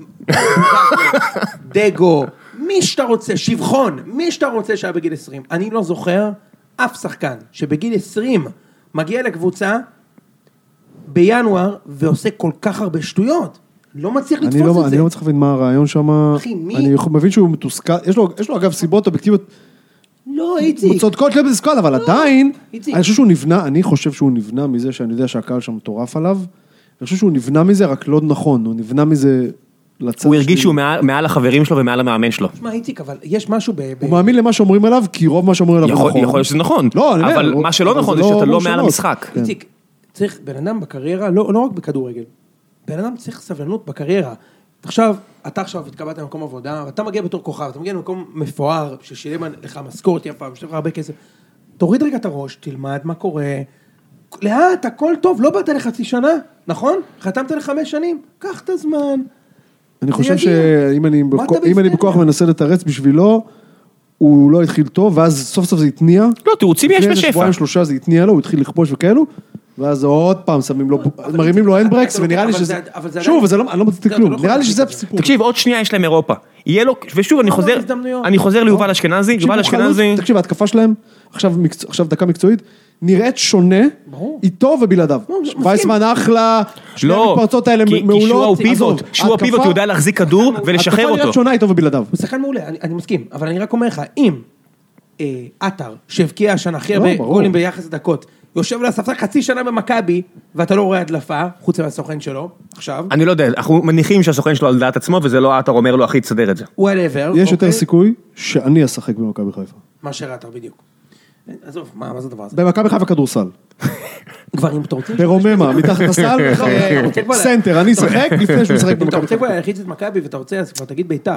דגו, מי שאתה רוצה, שבחון, מי שאתה רוצה שהיה בגיל 20. אני לא זוכר אף שחקן שבגיל 20 מגיע לקבוצה בינואר ועושה כל כך הרבה שטויות. לא מצליח לתפוס את זה. אני לא מצליח להבין מה הרעיון שם. אחי, מי? אני מבין שהוא מתוסכל, יש לו אגב סיבות אובייקטיביות. לא, איציק. צודקות לב בזכות, אבל עדיין, אני חושב שהוא נבנה מזה שאני יודע שהקהל שם מטורף עליו. אני חושב שהוא נבנה מזה, רק לא נכון. הוא נבנה מזה לצד. הוא הרגיש שהוא מעל החברים שלו ומעל המאמן שלו. תשמע, איציק, אבל יש משהו הוא מאמין למה שאומרים עליו, כי רוב מה שאומרים עליו הוא נכון. יכול להיות שזה נכון. אבל מה שלא נכון זה שאתה לא מעל המשחק. איציק, צריך בן אדם בקריירה, לא רק בכדורגל. בן אדם צריך סבלנות בקריירה. אתה עכשיו התקבלת למקום עבודה, ואתה מגיע בתור כוכב, אתה מגיע למקום מפואר, ששילם לך משכורת יפה, ושילם לך הרבה כסף. תוריד רגע את הראש, תלמד מה קורה. לאט, הכל טוב, לא באת לחצי שנה, נכון? חתמת ל5 שנים, קח את הזמן. אני חושב שאם אני בכוח מנסה לתרץ בשבילו, הוא לא התחיל טוב, ואז סוף סוף זה התניע. לא, תירוצים יש בשפע. שבועיים 3 זה התניע לו, הוא התחיל לכבוש וכאלו. ואז עוד פעם שמים לו, מרימים לו הנדברקס, ונראה לי שזה, שוב, אני לא מצליח כלום, נראה לי שזה סיפור. תקשיב, עוד שנייה יש להם אירופה. יהיה לו, ושוב, אני חוזר ליובל אשכנזי, יובל אשכנזי. תקשיב, ההתקפה שלהם, עכשיו דקה מקצועית, נראית שונה, איתו ובלעדיו. וייסמן אחלה, שני המתפרצות האלה מעולות. כי שהוא הפיבוט, הוא יודע להחזיק כדור ולשחרר אותו. ההתקפה נראית שונה איתו ובלעדיו. הוא שחקן מעולה, אני מסכים, אבל אני רק אומר לך, אם עטר, שהבקיע השנה הכי הרבה גולים ביחס לדקות, יושב לספסל חצי שנה במכבי, ואתה לא רואה הדלפה, חוץ מהסוכן שלו, עכשיו. אני לא יודע, אנחנו מניחים שהסוכן שלו על דעת עצמו, וזה לא עטר אומר לו, אחי, תסדר את זה. יש יותר סיכוי שאני אשחק במכבי חיפה. מה שראית בדיוק. עזוב, מה זה הדבר הזה? במכבי חיפה כדורסל. כבר אם אתה רוצה... ברוממה, מתחת לסל, סנטר, אני אשחק לפני שהוא ישחק במכבי חיפה. אם אתה רוצה כבר להלחיץ את מכבי, ואתה רוצה, אז כבר תגיד ביתר.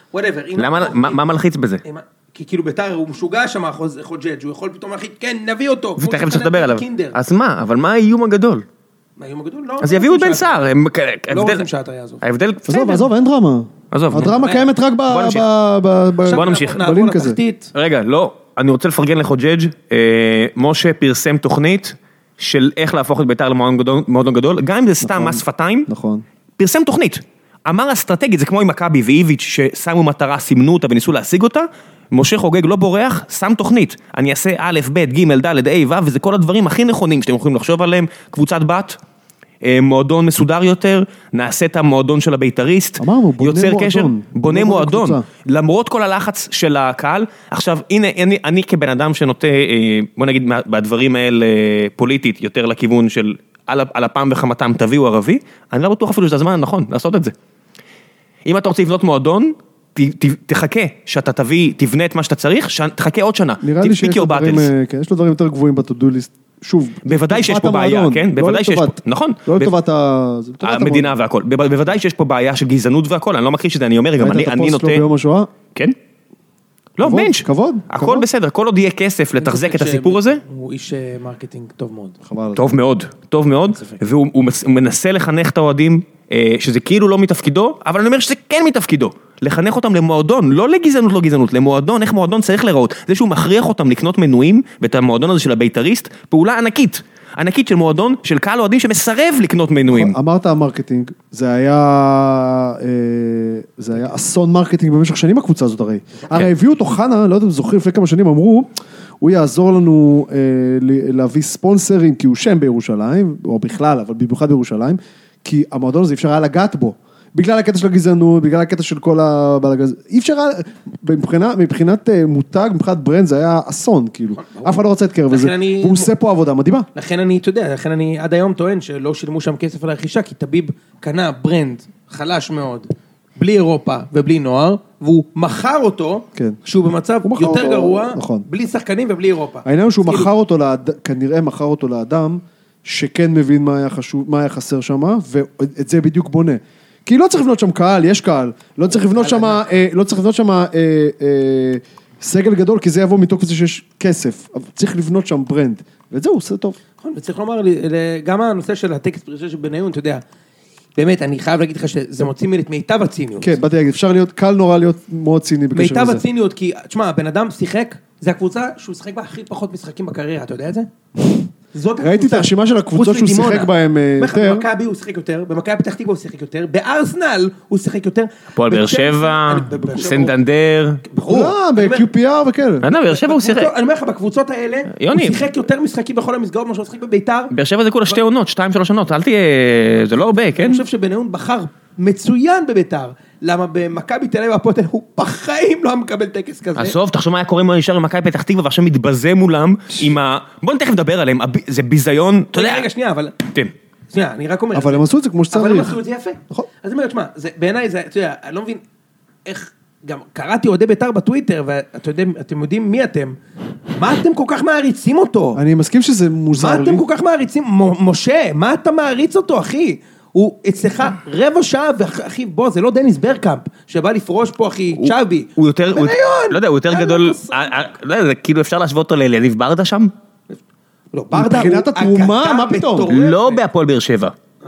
מה מלחיץ בזה? כי כאילו ביתר הוא משוגע שם, חוג'ג' הוא יכול פתאום להחליט, כן, נביא אותו. ותכף צריך לדבר עליו. אז מה? אבל מה האיום הגדול? מה האיום הגדול? אז יביאו את בן סער. לא רוצים שאתה יעזוב. ההבדל... עזוב, אין דרמה. הדרמה קיימת רק בוא נמשיך. בלין כזה. רגע, לא. אני רוצה לפרגן לחוג'ג'. משה פרסם תוכנית של איך להפוך את ביתר למועדון גדול, גם אם זה סתם מס שפתיים. נכון. פרסם תוכנית. אמר אסטרטגית, זה כמו עם מכבי ואיביץ' ששמו מטרה, סימנו אותה וניסו להשיג אותה. משה חוגג לא בורח, שם תוכנית. אני אעשה א', ב', ג', ד', ה', ו', וזה כל הדברים הכי נכונים שאתם יכולים לחשוב עליהם. קבוצת בת, מועדון מסודר יותר, נעשה את המועדון של הבית"ריסט, יוצר קשר, בונה מועדון. למרות כל הלחץ של הקהל. עכשיו, הנה, אני כבן אדם שנוטה, בוא נגיד, בדברים האלה פוליטית, יותר לכיוון של על הפעם וחמתם תביאו ערבי, אני לא בטוח אפילו שזה הזמן הנכון לעשות את זה. אם אתה רוצה לבנות מועדון, תחכה שאתה תבנה את מה שאתה צריך, תחכה עוד שנה. נראה לי שיש לו דברים יותר גבוהים בטודו ליסט. שוב. בוודאי שיש פה בעיה, כן? בוודאי שיש פה, נכון. לא לטובת המדינה והכל. בוודאי שיש פה בעיה של גזענות והכל, אני לא מכחיש את זה, אני אומר, גם אני נוטה... ביום השואה? כן? לא, מנש. כבוד. הכל בסדר, כל עוד יהיה כסף לתחזק את הסיפור הזה. הוא איש מרקטינג טוב מאוד. טוב מאוד, טוב מאוד, והוא מנסה לחנך את האוהדים, שזה כאילו לא מתפקידו, אבל אני אומר שזה כן מתפקידו. לחנך אותם למועדון, לא לגזענות, לא גזענות, למועדון, איך מועדון צריך לראות. זה שהוא מכריח אותם לקנות מנויים, ואת המועדון הזה של הבית"ריסט, פעולה ענקית. ענקית של מועדון, של קהל אוהדים שמסרב לקנות מנויים. אמרת המרקטינג, זה היה אסון מרקטינג במשך שנים הקבוצה הזאת הרי. הרי הביאו אותו חנה, לא יודע אם זוכרים, לפני כמה שנים אמרו, הוא יעזור לנו להביא ספונסרים, כי הוא שם בירושלים, או בכלל, אבל במיוחד בירושלים, כי המועדון הזה אפשר היה לגעת בו. בגלל הקטע של הגזענות, בגלל הקטע של כל הבלגז, אי אפשר, מבחינת מותג, מבחינת ברנד, זה היה אסון, כאילו. אף אחד לא רוצה להתקרב לזה, והוא עושה פה עבודה מדהימה. לכן אני, אתה יודע, לכן אני עד היום טוען שלא שילמו שם כסף על הרכישה, כי טביב קנה ברנד חלש מאוד, בלי אירופה ובלי נוער, והוא מכר אותו, שהוא במצב יותר גרוע, בלי שחקנים ובלי אירופה. העניין הוא שהוא מכר אותו, כנראה מכר אותו לאדם, שכן מבין מה היה חסר שם, ואת זה בדיוק בונה. כי לא צריך לבנות שם קהל, יש קהל, לא צריך לבנות שם סגל גדול, כי זה יבוא מתוך זה שיש כסף, צריך לבנות שם ברנד, ואת זה הוא עושה טוב. נכון, וצריך לומר לי, גם הנושא של הטקסט פרישה של בניון, אתה יודע, באמת, אני חייב להגיד לך שזה מוציא ממני את מיטב הציניות. כן, באתי להגיד, אפשר להיות, קל נורא להיות מאוד ציני בקשר לזה. מיטב הציניות, כי, תשמע, הבן אדם שיחק, זה הקבוצה שהוא שיחק בה הכי פחות משחקים בקריירה, אתה יודע את זה? ראיתי את הרשימה של הקבוצות שהוא שיחק בהם יותר. במכבי הוא שיחק יותר, במכבי פתח תקווה הוא שיחק יותר, בארסנל הוא שיחק יותר. הפועל באר שבע, סנטנדר. ב-QPR וכאלה. באר שבע הוא שיחק. אני אומר לך, בקבוצות האלה, הוא שיחק יותר משחקים בכל המסגרות, מה שהוא שיחק בביתר. באר שבע זה כולה 2 עונות, 2-3 עונות, אל תהיה, זה לא הרבה, כן? אני חושב שבניון בחר מצוין בביתר. למה במכבי תל אביב הפועל הוא בחיים לא מקבל טקס כזה. עזוב, תחשוב מה היה קורה אם הוא נשאר במכבי פתח תקווה ועכשיו מתבזה מולם עם ה... בוא נתכף נדבר עליהם, זה ביזיון, אתה יודע... רגע, שנייה, אבל... כן. שנייה, אני רק אומר... אבל הם עשו את זה כמו שצריך. אבל הם עשו את זה יפה. אז אני אומר, תשמע, בעיניי זה, אתה יודע, אני לא מבין איך... גם קראתי אוהדי בית"ר בטוויטר, ואתם יודעים מי אתם. מה אתם כל כך מעריצים אותו? אני מסכים שזה מוזר לי. מה אתם כל כך מעריצים? משה, מה אתה מעריץ אותו, אחי? הוא אצלך רבע שעה, ואחי, בוא, זה לא דניס ברקאמפ, שבא לפרוש פה, אחי, צ'אבי. הוא יותר, לא יודע, הוא יותר גדול, לא יודע, כאילו אפשר להשוות אותו ליניב ברדה שם? לא, ברדה הוא... מבחינת התרומה, מה פתאום? לא בהפועל באר שבע.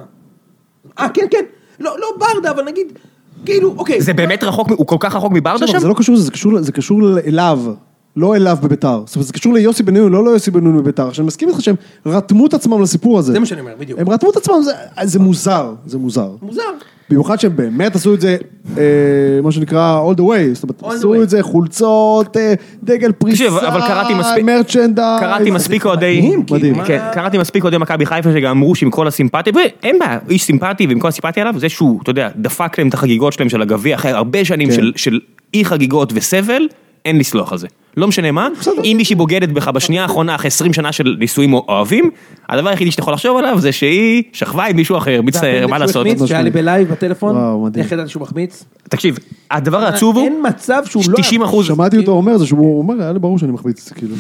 כן, כן. לא ברדה, אבל נגיד, כאילו, אוקיי. זה באמת רחוק, הוא כל כך רחוק מברדה שם? זה לא קשור, זה קשור אליו. לא אליו בביתר, זאת אומרת, זה קשור ליוסי בניון, לא ליוסי בניון בביתר, שאני מסכים איתך שהם רתמו את עצמם לסיפור הזה. זה מה שאני אומר, בדיוק. הם רתמו את עצמם, זה מוזר, זה מוזר. מוזר. במיוחד שהם באמת עשו את זה, מה שנקרא, all the way, זאת אומרת, עשו את זה, חולצות, דגל פריסה, מרצ'נדה. קראתי מספיק אוהדי מכבי חיפה שגם אמרו שעם כל הסימפתיה, ואין בעיה, איש סימפטי ועם כל הסימפתיה עליו, זה שהוא, אתה יודע, דפק להם את החגיגות שלהם של הגביע, אחרי הרבה שנים של אי חגיגות וסבל, אין לסלוח על זה. לא משנה מה, אם מישהי בוגדת בך בשנייה האחרונה, אחרי 20 שנה של נישואים אוהבים, הדבר היחידי שאתה יכול לחשוב עליו, זה שהיא שכבה עם מישהו אחר, מצטער, מה לעשות? שהיה לי בלייב בטלפון, איך ידעתי שהוא מחמיץ? תקשיב, הדבר העצוב הוא, אין מצב שהוא לא... 90%. שמעתי אותו אומר זה, שהוא אומר, היה לי ברור שאני מחמיץ, כאילו.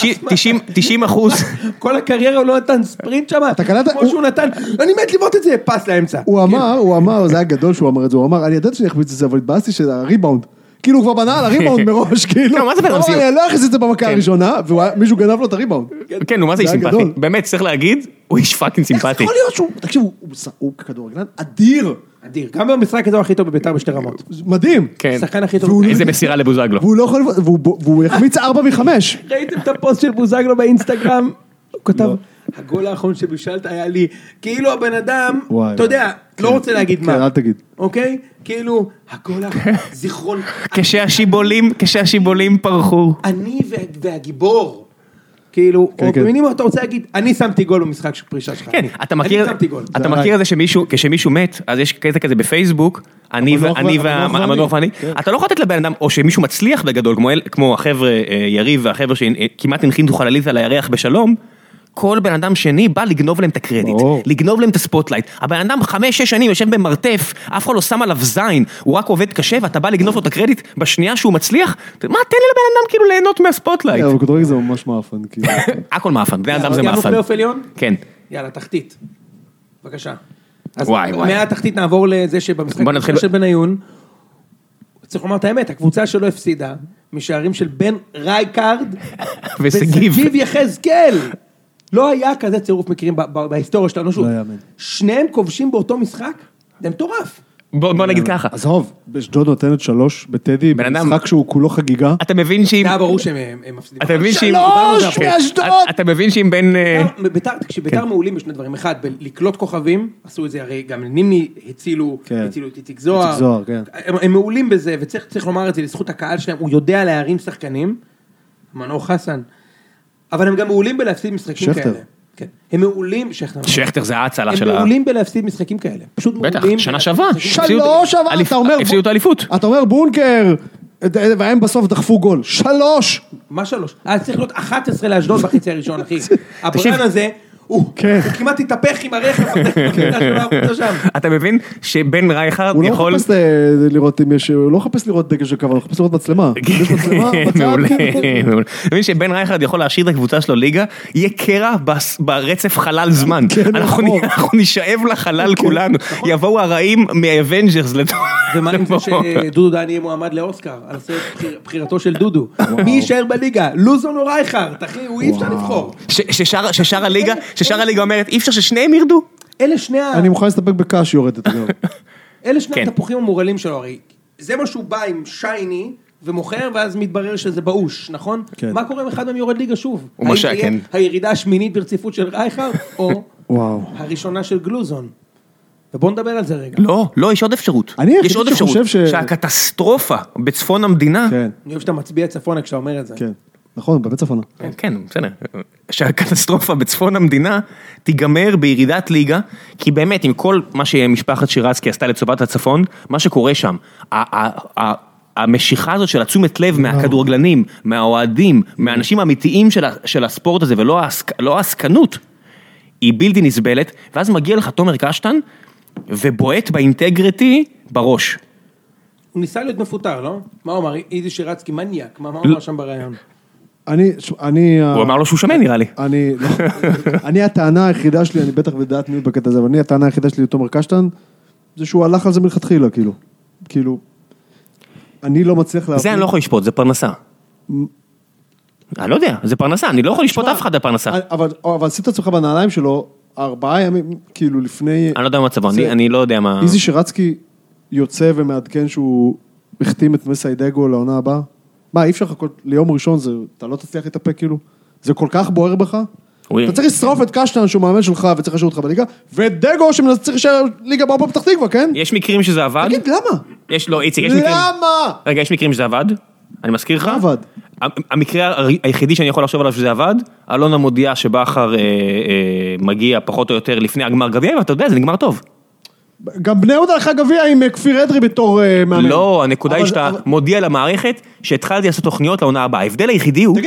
90%. כל הקריירה הוא לא נתן ספרינט שם, כמו שהוא נתן, אני מת לבעוט את זה, פס לאמצע. הוא אמר, זה היה גדול שהוא אמר את זה, הוא אמר, אני ידעתי שאני אחמיץ את זה, אבל התבאסתי שהריבאונד כאילו הוא כבר בנה על הריבאונד מראש, כאילו. מה זה בן המסיום? אני לא אכניס את זה במכה הראשונה, ומישהו גנב לו את הריבאונד. כן, מה זה איש סימפטי? באמת, צריך להגיד, הוא איש פאקינג סימפטי. יכול להיות שהוא, תקשיב, הוא כדורגלן אדיר. אדיר. גם במשחק הזה הוא הכי טוב בביתר בשתי רמות. מדהים. שחקן הכי טוב. איזה מסירה לבוזגלו. והוא יחמיץ 4 מ-5. ראיתם את הפוסט של בוזגלו באינסטגרם? הוא כתב, הגול האחרון שבשלת היה לי, כאילו הבן אדם, אתה יודע, לא רוצה להגיד מה. כן, אל תגיד. אוקיי? כאילו, הגול הזיכרון. כשהשיבולים פרחו. אני והגיבור. כאילו, או במינימום אתה רוצה להגיד, אני שמתי גול במשחק של פרישה שלך. כן, אתה מכיר את זה כשמישהו מת, אז יש כזה בפייסבוק, אני והמנוח ואני, אתה לא יכול לתת לבן אדם, או שמישהו מצליח בגדול, כמו החבר'ה יריב והחבר'ה שכמעט הנחינתו חללית על הירח בשלום, כל בן אדם שני בא לגנוב להם את הקרדיט, לגנוב להם את הספוטלייט. הבן אדם 5-6 שנים יושב במרתף, אף אחד לא שם עליו זין, הוא רק עובד קשה, ואתה בא לגנוב לו את הקרדיט בשנייה שהוא מצליח, מה, תן לי לבן אדם כאילו ליהנות מהספוטלייט. אבל כדורגל זה ממש מאפן. הכל מאפן, בן אדם זה מאפן. פלייאוף עליון? כן. יאללה, תחתית. בבקשה. אז מהתחתית נעבור לזה שבמשחק של בניון, צריך לומר את האמת, הקבוצה שלו הפסידה, משערים של בן רייקארד, ושגיב יחזקאל. לא היה כזה צירוף מקרים בהיסטוריה שלנו שוב. שניהם כובשים באותו משחק, זה מטורף. בוא נגיד ככה. עזוב, אשדוד נותנת 3 בטדי, במשחק שהוא כולו חגיגה. אתה מבין שאם... היה ברור שהם מפסידים. אתה מבין שאם... 3 מאשדוד! אתה מבין שאם בין... בית"ר מעולים בשני דברים. אחד, לקלוט כוכבים, עשו את זה הרי, גם נימני הצילו את איציק זוהר. הם מעולים בזה, וצריך לומר את זה לזכות הקהל שלהם, הוא יודע להרים שחקנים, מנור חסן, אבל הם גם מעולים בלהפסיד משחקים כאלה. הם מעולים, שכתר זה ההצלה שלה. הם מעולים בלהפסיד משחקים כאלה. פשוט בטח, מעולים. שנה שווה. 3 אבל אתה אומר... הפסידו את האליפות. אתה אומר בונקר, והם בסוף דחפו גול. 3! מה 3? צריך להיות 11 לאשדוד בחצי הראשון, אחי. הברן הזה... הוא כמעט התהפך עם הרכב, אתה מבין שבן רייכרד הוא יכול... לא מחפש לראות אם יש, הוא לא מחפש לראות דגל של קו, הוא מחפש לראות מצלמה. יש מצלמה בצד. מעולה. אתה מבין שבן רייכרד יכול להשאיר את הקבוצה שלו ליגה, יהיה קרע ברצף חלל זמן. אנחנו נשאב לחלל כולנו. יבואו הרעים מהאבנג'רס לתוך... ומה עם זה שדודו דני יהיה מועמד לאוסקר, על בחירתו של דודו. מי יישאר בליגה? לוזון או רייכרד? אחי, הוא אי אפשר לבחור. ששאר הליגה אומרת, אי אפשר ששניהם ירדו? אלה שני... אני מוכן להסתפק בקש יורד את הגר. אלה שני התפוחים המורלים שלו, הרי. זה מה שהוא בא עם שייני ומוכר, ואז מתברר שזה באוש, נכון? מה קורה אם אחד מהם יורד ליגה שוב? האם תהיה הירידה השמינית ברציפות של רייכרד, או הראשונה של גלוזון? ובוא נדבר על זה רגע. לא, יש עוד אפשרות. יש עוד אפשרות שהקטסטרופה בצפון המדינה... אני אוהב שאתה מצביע צפונה כשאתה אומר את זה. כן. נכון, באמת צפונה. כן, בסדר. שהקטסטרופה בצפון המדינה תיגמר בירידת ליגה, כי באמת, עם כל מה שמשפחת שירצקי עשתה לטובת הצפון, מה שקורה שם, המשיכה הזאת של התשומת לב מהכדורגלנים, מהאוהדים, מהאנשים האמיתיים של הספורט הזה, ולא העסקנות, היא בלתי נסבלת, ואז מגיע לך תומר קשטן, ובועט באינטגריטי בראש. הוא ניסה להיות מפוטר, לא? מה הוא אמר? איזי שירצקי מניאק, מה הוא אמר שם ברעיון? הוא אמר לו שהוא שמן נראה לי. אני הטענה היחידה שלי, אני בטח בדעת מיעוט בקטע הזה, אבל אני הטענה היחידה שלי לתומר קשטן, זה שהוא הלך על זה מלכתחילה, כאילו, אני לא מצליח להבין. זה אני לא יכול לשפוט, זה פרנסה. אני לא יודע, זה פרנסה, אני לא יכול לשפוט אף אחד לפרנסה. אבל שים את עצמך בנעליים שלו, 4 ימים, כאילו לפני... אני לא יודע מה מצבו, אני לא יודע מה... איזי שירצקי יוצא ומעדכן שהוא החתים את מסיידגו לעונה הבאה? מה, אי אפשר לחכות ליום ראשון, אתה לא תצליח להתאפק כאילו? זה כל כך בוער בך? אתה צריך לשרוף את קשטן שהוא מאמן שלך וצריך לשאול אותך בליגה, ודגו שצריך להישאר ליגה באופה פתח תקווה, כן? יש מקרים שזה עבד? תגיד, למה? למה? רגע, יש מקרים שזה עבד? אני מזכיר לך? מה עבד? המקרה היחידי שאני יכול לחשוב עליו שזה עבד, אלונה מודיעה שבחר מגיע פחות או יותר לפני הגמר גביע, ואתה יודע, זה נגמר טוב. גם בני יהודה לך גביע עם כפיר אדרי בתור מאמן. לא, הנקודה היא שאתה מודיע למערכת שהתחלתי לעשות תוכניות לעונה הבאה. ההבדל היחידי הוא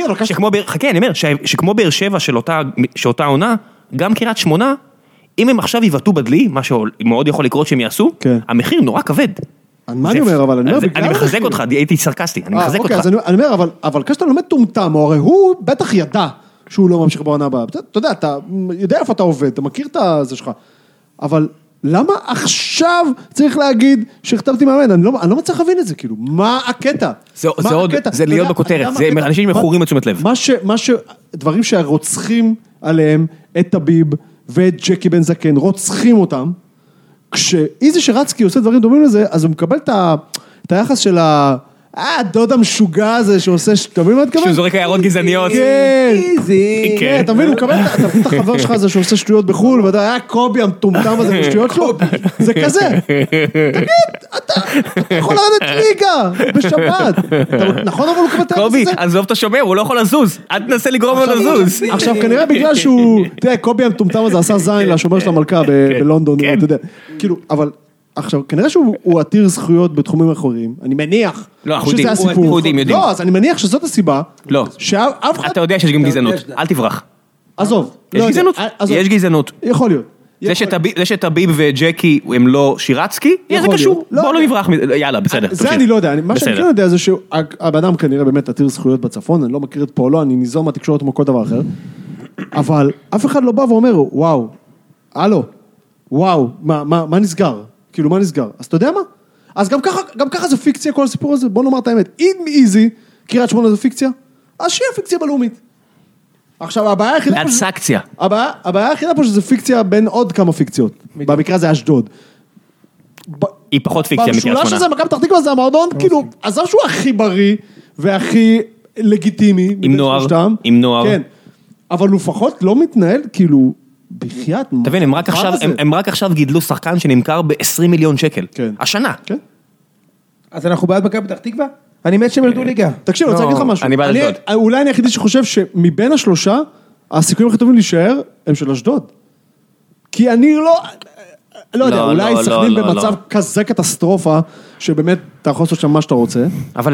שכמו באר שבע של אותה עונה, גם קריית שמונה, אם הם עכשיו יבטאו בדלי, מה שמאוד יכול לקרות שהם יעשו, המחיר נורא כבד. מה אני אומר, אבל אני מחזק אותך, הייתי סרקסטי, אני מחזק אותך. אני אומר, אבל קשטן לא מטומטם, הרי הוא בטח ידע שהוא לא ממשיך בעונה הבאה. אתה יודע, אתה יודע איפה אתה עובד, אתה מכיר את זה שלך, אבל למה עכשיו צריך להגיד שהכתבתי מאמן? אני לא מצליח להבין את זה, כאילו, מה הקטע? זה להיות בכותרת, זה אנשים מכורים לתשומת לב. דברים שהרוצחים עליהם, את טביב ואת ג'קי בן זקן, רוצחים אותם, כשאיזי שירצקי עושה דברים דומים לזה, אז הוא מקבל את היחס של הדוד המשוגע הזה שעושה, אתה מבין מה את קבל? שהוא זורק הערות גזעניות. כן, כן, אתה מבין, הוא מקבל את החבר שלך הזה שעושה שטויות בחול, ואתה היה קובי המטומטם הזה בשטויות שלו, זה כזה. תגיד, אתה יכול לרדת ליגה בשבת. נכון, אבל הוא מקבל את היחס הזה? קובי, עזוב את השומר, הוא לא יכול לזוז. אל תנסה לגרום לו לזוז. עכשיו, כנראה בגלל שהוא, תראה, קובי המטומטם הזה עשה זין לשומר של המלכה בלונדון, אתה יודע. כאילו, אבל עכשיו, כנראה שהוא עתיר זכויות בתחומים אחרים, אני מניח שזה הסיפור. לא, אז אני מניח שזאת הסיבה. לא, אתה יודע שיש גם גזענות, אל תברח. עזוב. יש גזענות? יש גזענות. יכול להיות. זה שטביב וג'קי הם לא שירצקי, זה קשור. בואו לא נברח, יאללה, בסדר. זה אני לא יודע, מה שאני כן יודע זה שהאדם כנראה באמת עתיר זכויות בצפון, אני לא מכיר את פועלו, אני ניזום מהתקשורת כמו כל דבר אחר, אבל אף אחד לא בא ואומר, וואו, הלו, וואו, מה נסגר? כאילו, מה נסגר? אז אתה יודע מה? אז גם ככה זה פיקציה כל הסיפור הזה, בוא נאמר את האמת. אם איזי, קריית שמונה זה פיקציה, אז שיהיה פיקציה בלאומית. עכשיו, הבעיה היחידה ליד סקציה. הבעיה היחידה פה שזה פיקציה בין עוד כמה פיקציות. במקרה זה אשדוד. היא פחות פיקציה מקריית שמונה. במשולש הזה, מכבי פתח תקווה זה המועדון, כאילו, עזוב שהוא הכי בריא, והכי לגיטימי. עם נוער. כן, אבל הוא לפחות לא מתנהל, כאילו, בחייאת. תבין, הם רק עכשיו גידלו שחקן שנמכר ב-20 מיליון שקל. השנה. כן. אז אנחנו בעד מכבי פתח תקווה? אני מת שהם ירדו ליגה. תקשיב, אני רוצה להגיד לך משהו. אני בעד אשדוד. אולי אני היחידי שחושב שמבין השלושה, הסיכויים הכי טובים להישאר הם של אשדוד. כי אני לא יודע, אולי סכנין במצב כזה קטסטרופה, שבאמת אתה יכול לעשות שם מה שאתה רוצה. אבל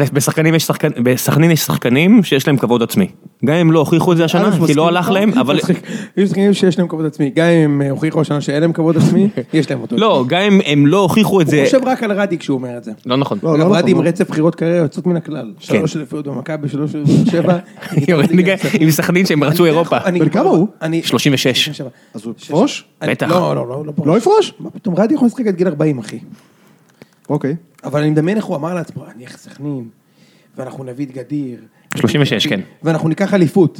בסכנין יש שחקנים שיש להם כבוד עצמי. גם אם לא הוכיחו את זה השנה, כי לא הלך להם, אבל... יש שחקנים שיש להם כבוד עצמי. גם אם הוכיחו השנה שאין להם כבוד עצמי, יש להם אותו. לא, גם אם הם לא הוכיחו את זה... הוא חושב רק על רדי כשהוא אומר את זה. לא נכון. רדי עם רצף בחירות קריירה יוצאות מן הכלל. 3 אליפויות במכבי, 3 7. עם סכנין שהם רצו אירופה. בן כמה הוא? 36. אז הוא יפרוש? בטח. לא יפרוש? מה פתאום, רדי יכול לשחק עד גיל 40, אחי. אוקיי. אבל אני מדמיין איך הוא אמר לעצמו, אני איך סכנין, ואנחנו נביא את גדיר. 36, כן. ואנחנו ניקח אליפות.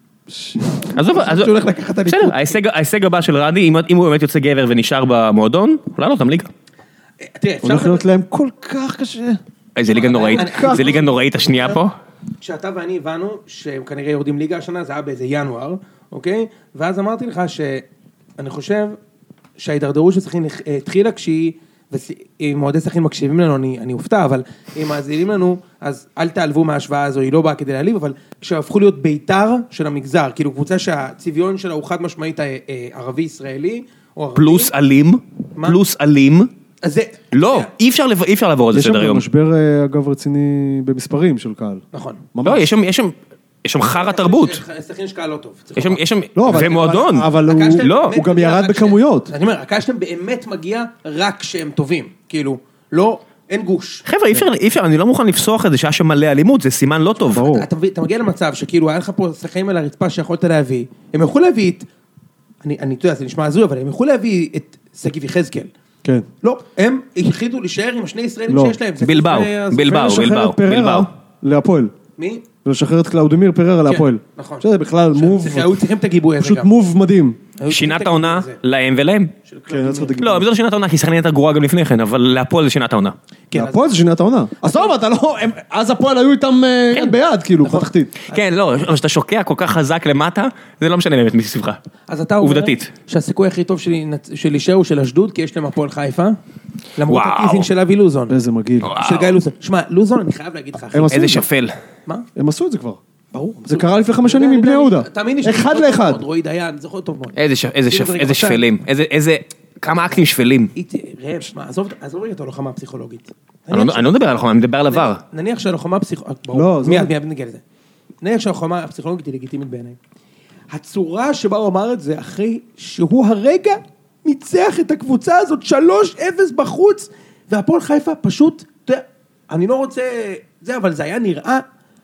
עזוב, שהוא הולך לקחת אליפות. בסדר, ההישג הבא של רדי, אם הוא באמת יוצא גבר ונשאר במועדון, אולי לא אותם ליגה. תראה, אפשר... הולך להיות להם כל כך קשה. איזה ליגה נוראית, זה ליגה נוראית השנייה פה. כשאתה ואני הבנו שהם כנראה יורדים ליגה השנה, זה היה באיזה ינואר, אוקיי? ואז אמרתי לך שאני חושב שההידרדרות של סכנין התחילה כשהיא, אם מועדי סכנין מקשיבים לנו, אני אופתע, אבל אם מאזינים לנו, אז אל תעלבו מההשוואה הזו, היא לא באה כדי להעליב, אבל כשהפכו להיות ביתר של המגזר, כאילו קבוצה שהצביון שלה הוא חד משמעית ערבי-ישראלי, פלוס אלים, פלוס אלים. לא, אי אפשר לעבור על זה סדר היום. יש שם משבר אגב רציני במספרים של קהל. נכון. לא, יש שם חרא תרבות. סכנין יש קהל לא טוב. יש שם, זה מועדון. אבל הוא גם ירד בכמויות. אני אומר, הקהל שלהם באמת מגיע רק כשהם טובים. כאילו, לא, אין גוש. חבר'ה, אי אפשר, אני לא מוכן לפסוח את זה שהיה שם מלא אלימות, זה סימן לא טוב. ברור. אתה מגיע למצב שכאילו, היה לך פה שחקנים על הרצפה שיכולת להביא, הם יכולו להביא את, אני יודע, זה נשמע הזוי, אבל הם יכולו להביא את שגיב יחזקאל. כן. לא, הם החליטו להישאר עם השני ישראלים שיש להם. בלבאו. להפועל. מי? ולשחרר את קלאודמיר פררה להפועל. נכון. שזה בכלל מוב. היו צריכים את הגיבוי הזה גם. פשוט מוב מדהים. שינת העונה להם ולהם. כן, לא, זה לא שינת העונה, כי סכנין הייתה גרועה גם לפני כן, אבל להפועל זה שינת העונה. הפועל זה שינת העונה. אז טוב, אתה לא, אז הפועל היו איתם ביד, כאילו, בתחתית. כן, לא, כשאתה שוקע כל כך חזק למטה, זה לא משנה באמת מסביבך. אז אתה אומר שהסיכוי הכי טוב של להישאר הוא של אשדוד, כי יש להם הפועל חיפה, למרות הטיזינג של אבי לוזון. איזה מגעיל. של גיא לוזון. שמע, לוזון, אני חייב להגיד לך, איזה שפל. מה? הם עשו את זה כבר. ברור. זה קרה לפני 5 שנים עם בני יהודה. אחד לאחד. רועי דיין, זוכר טוב מאוד. איזה שפלים. כמה אקטים שפלים. ראם, שמע, עזוב רגע את הלוחמה הפסיכולוגית. אני לא מדבר על הלוחמה, אני מדבר על עבר. נניח שהלוחמה הפסיכולוגית, מיד נגיע לזה. נניח שהלוחמה הפסיכולוגית היא לגיטימית בעיניי. הצורה שבה הוא אמר את זה, אחרי שהוא הרגע ניצח את הקבוצה הזאת 3-0 בחוץ, והפועל חיפה פשוט, אני לא רוצה זה, אבל זה היה נראה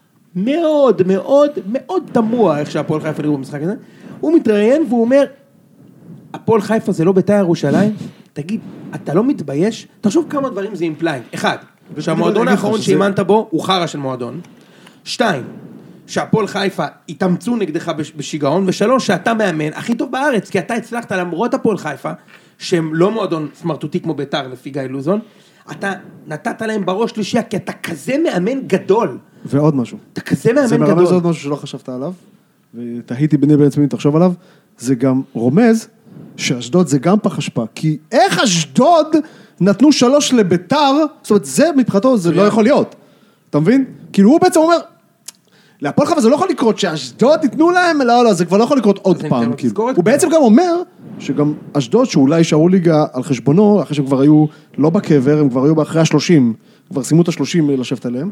מאוד מאוד מאוד תמוה איך שהפועל חיפה נראו במשחק הזה. הוא מתראיין והוא אומר, הפועל חיפה זה לא בית"ר ירושלים, תגיד, אתה לא מתבייש? תחשוב כמה דברים זה אימפליין. 1, שהמועדון האחרון שאימנת בו הוא חרא של מועדון. 2, שהפועל חיפה התאמצו נגדך בשיגעון. ו3, שאתה מאמן הכי טוב בארץ, כי אתה הצלחת למרות הפועל חיפה, שהם לא מועדון סמרטוטי כמו בית"ר לפי גיא לוזון, אתה נתת להם בראש שלישייה, כי אתה כזה מאמן גדול. ועוד משהו. אתה כזה מאמן גדול. זה מרמז עוד משהו שלא חשבת עליו, ותהיתי ביני בעצמי, תחשוב עליו, זה גם רומז שאשדוד זה גם פח אשפה, כי איך אשדוד נתנו 3 לביתר, זאת אומרת, זה מבחינתו, זה לא יכול להיות. אתה מבין? כאילו הוא בעצם אומר, להפועל חיפה זה לא יכול לקרות, שאשדוד ייתנו להם, לא, זה כבר לא יכול לקרות עוד פעם. הוא בעצם גם אומר, שגם אשדוד, שאולי יישארו ליגה על חשבונו, אחרי שהם כבר היו לא בקבר, הם כבר היו אחרי ה-30, כבר סיימו את ה-30 לשבת עליהם,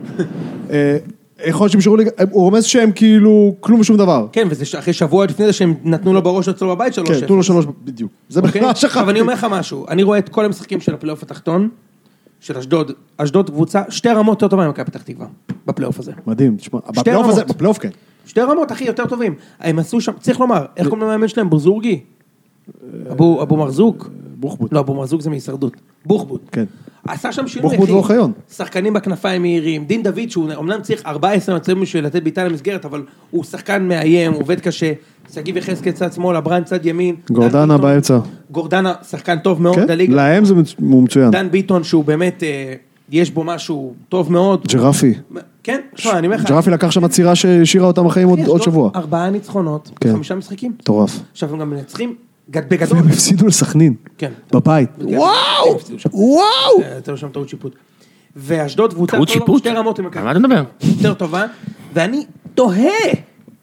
יכול להיות שהם יישארו ליגה, הוא רומז שהם כאילו כלום ושום דבר. כן, וזה אחרי שבוע לפני זה שהם נתנו לו בראש אצלו בבית 3-0. כן, נתנו לו 3 בדיוק. זה בכלל שכחתי. אבל אני אומר לך משהו, אני רואה את כל המשחקים של הפלייאוף התחתון, של אשדוד, אשדוד קבוצה, 2 רמות יותר טובה ממכבי פתח תקווה, בפלייאוף הזה. מדהים, תשמע, בפלייאוף הזה, בפלייאוף כן. 2 רמות, אחי, יותר טובים. הם עשו שם, צריך לומר, איך קוראים למאמן שלהם? בורזורגי? אבו מרזוק? בוחבוט. לא, אבו מרזוק זה מהישרדות. בוחבוט. כן. עשה שם שינוי. בוחבוט ואוחיון. שחקנים בכנפיים מהירים, דין דוד שהוא אומנם צריך 14 מצבים בשביל לתת ביתה למסגרת, אבל הוא שחקן מאיים, עובד קשה, שגיב יחזקאל צד שמאל, אברהם צד ימין. גורדנה באמצע. גורדנה, שחקן טוב מאוד. כן, להם זה מצוין. דן ביטון שהוא באמת, יש בו משהו טוב מאוד. ג'רפי. כן, אני אומר לך. ג'רפי לקח שם עצירה שהשאירה אותם החיים עוד שבוע. 4 ניצחונות, 5 משחקים. מטורף. עכשיו הם גם מנצחים בגדול. והם הפסידו לסכנין. כן. בבית. וואו! וואו! הייתה שם טעות שיפוט. ואשדוד קבוצה שתי רמות עם מה אתה מדבר? יותר טובה, ואני תוהה,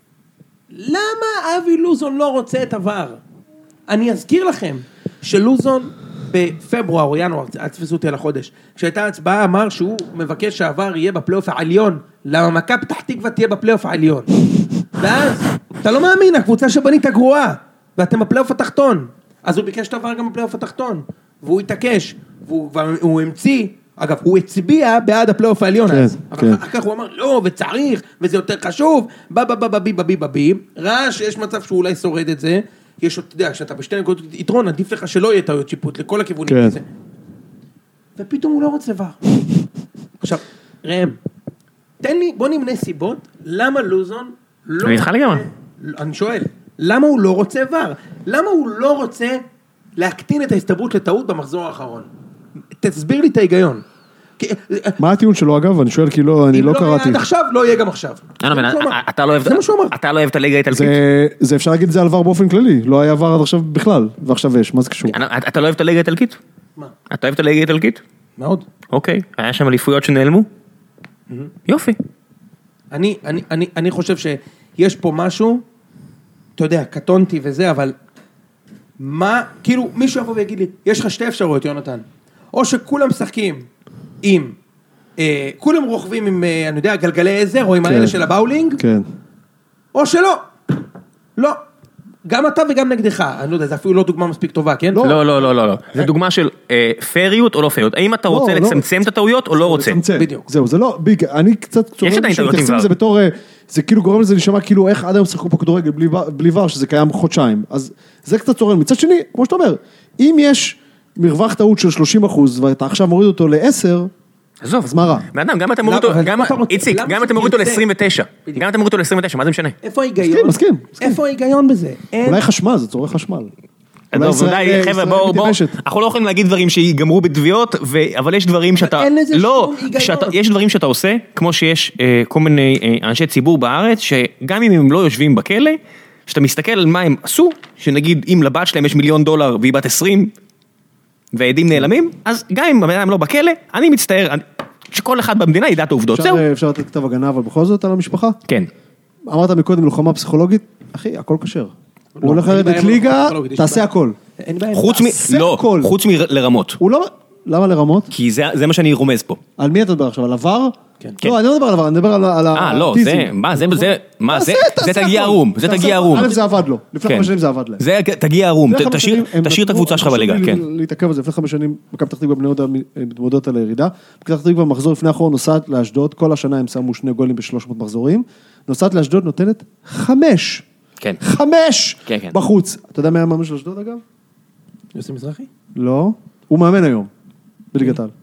למה אבי לוזון לא רוצה את עבר? אני אזכיר לכם, שלוזון בפברואר או ינואר, תפסו אותי על החודש, כשהייתה הצבעה אמר שהוא מבקש שהעבר יהיה בפלייאוף העליון, למה מכבי פתח תקווה תהיה בפלייאוף העליון. ואז, אתה לא מאמין, הקבוצה שבנית הגרועה, ואתם בפלייאוף התחתון, אז הוא ביקש את העבר גם בפלייאוף התחתון, והוא התעקש, והוא המציא, אגב, הוא הצביע בעד הפלייאוף העליון אז, אבל אחר כך הוא אמר, לא, וצריך, וזה יותר חשוב, בי, ראה שיש מצב שהוא אולי שורד את זה, יש, אתה יודע, שאתה בשתי נקודות יתרון, עדיף לך שלא יהיה טעויות שיפוט, לכל הכיוונים הזה. ופתאום הוא לא רוצה ור. עכשיו, ראם, תן לי, בוא נמנה סיבות, למה לוזון לא... אני איתך לגמרי. אני שואל, למה הוא לא רוצה ור? למה הוא לא רוצה להקטין את ההסתברות לטעות במחזור האחרון? תסביר לי את ההיגיון. מה הטיעון שלו אגב? אני שואל כי אני לא קראתי. עד עכשיו, לא יהיה גם עכשיו. אתה לא אוהב את הליגה האיטלקית? זה אפשר להגיד את זה על ור באופן כללי, לא היה ור עד עכשיו בכלל, ועכשיו יש, מה זה קשור? אתה לא אוהב את הליגה האיטלקית? מה? אתה אוהב את הליגה האיטלקית? מאוד. אוקיי, היה שם אליפויות שנעלמו? יופי. אני חושב שיש פה משהו, אתה יודע, קטונתי וזה, אבל מה, כאילו, מישהו יבוא ויגיד לי, יש לך 2 אפשרויות, יונתן, או שכולם משחקים עם, כולם רוכבים עם, אני יודע, גלגלי עזר, או עם האלה של הבאולינג, כן. או שלא. לא. גם אתה וגם נגדך, אני לא יודע, זה אפילו לא דוגמה מספיק טובה, כן? לא. זה דוגמה של פריות או לא פריות. האם אתה רוצה לצמצם את הטעויות או לא רוצה? בדיוק. זהו, זה לא, ביג, אני קצת צורם שמתייחסים לזה בתור, זה כאילו גורם לזה להישמע כאילו איך עד היום שחקו פה כדורגל בלי ור, שזה קיים חודשיים. אז זה קצת צורם. מצד שני, כמו שאתה אומר, אם יש מרווח טעות של 30% ואתה עכשיו מוריד אותו ל10, אז מה רע? גם אתה מוריד אותו ל-29, מה זה משנה? איפה ההיגיון? מסכים. איפה ההיגיון בזה? אולי חשמל, זה צורך חשמל. חבר'ה, אנחנו לא יכולים להגיד דברים שיגמרו בתביעות, אבל יש דברים שאתה, לא, יש דברים שאתה עושה, כמו שיש כל מיני אנשי ציבור בארץ, שגם אם הם לא יושבים בכלא, שאתה מסתכל על מה הם עשו, שנגיד אם לבת שלהם יש $1,000,000 והיא בת 20, ועדים נעלמים, אז גם אם הבן אדם לא בכלא, אני מצטער, שכל אחד במדינה ידע את העובדות, זהו. אפשר לתת כתב הגנה, אבל בכל זאת על המשפחה? כן. אמרת מקודם לוחמה פסיכולוגית, אחי, הכל כשר. הוא הולך לרדת ליגה, תעשה הכל. חוץ מלרמות. למה לרמות? כי זה מה שאני רומז פה. על מי אתה מדבר עכשיו? על עבר? כן. לא, אני לא מדבר על עבר, אני מדבר על הטיזים. זה תגיע ערום, זה תגיע ערום. זה עבד לו, לפני 5 שנים זה עבד להם. זה תגיע ערום, תשאיר את הקבוצה שלך בליגה, כן. להתעכב על זה, לפני 5 שנים, מכבי פתח תקווה בני יהודה מתמודדות על הירידה, מכבי פתח תקווה במחזור לפני האחרון נוסעת לאשדוד, כל השנה הם שמו 2 גולים ב300 מחזורים, נוסעת לאשדוד נותנת 5. כן. 5 בחוץ. אתה יודע מי המאמן של אשדוד אגב? יוסי מזרחי? לא, הוא מאמן היום, בליגת העל.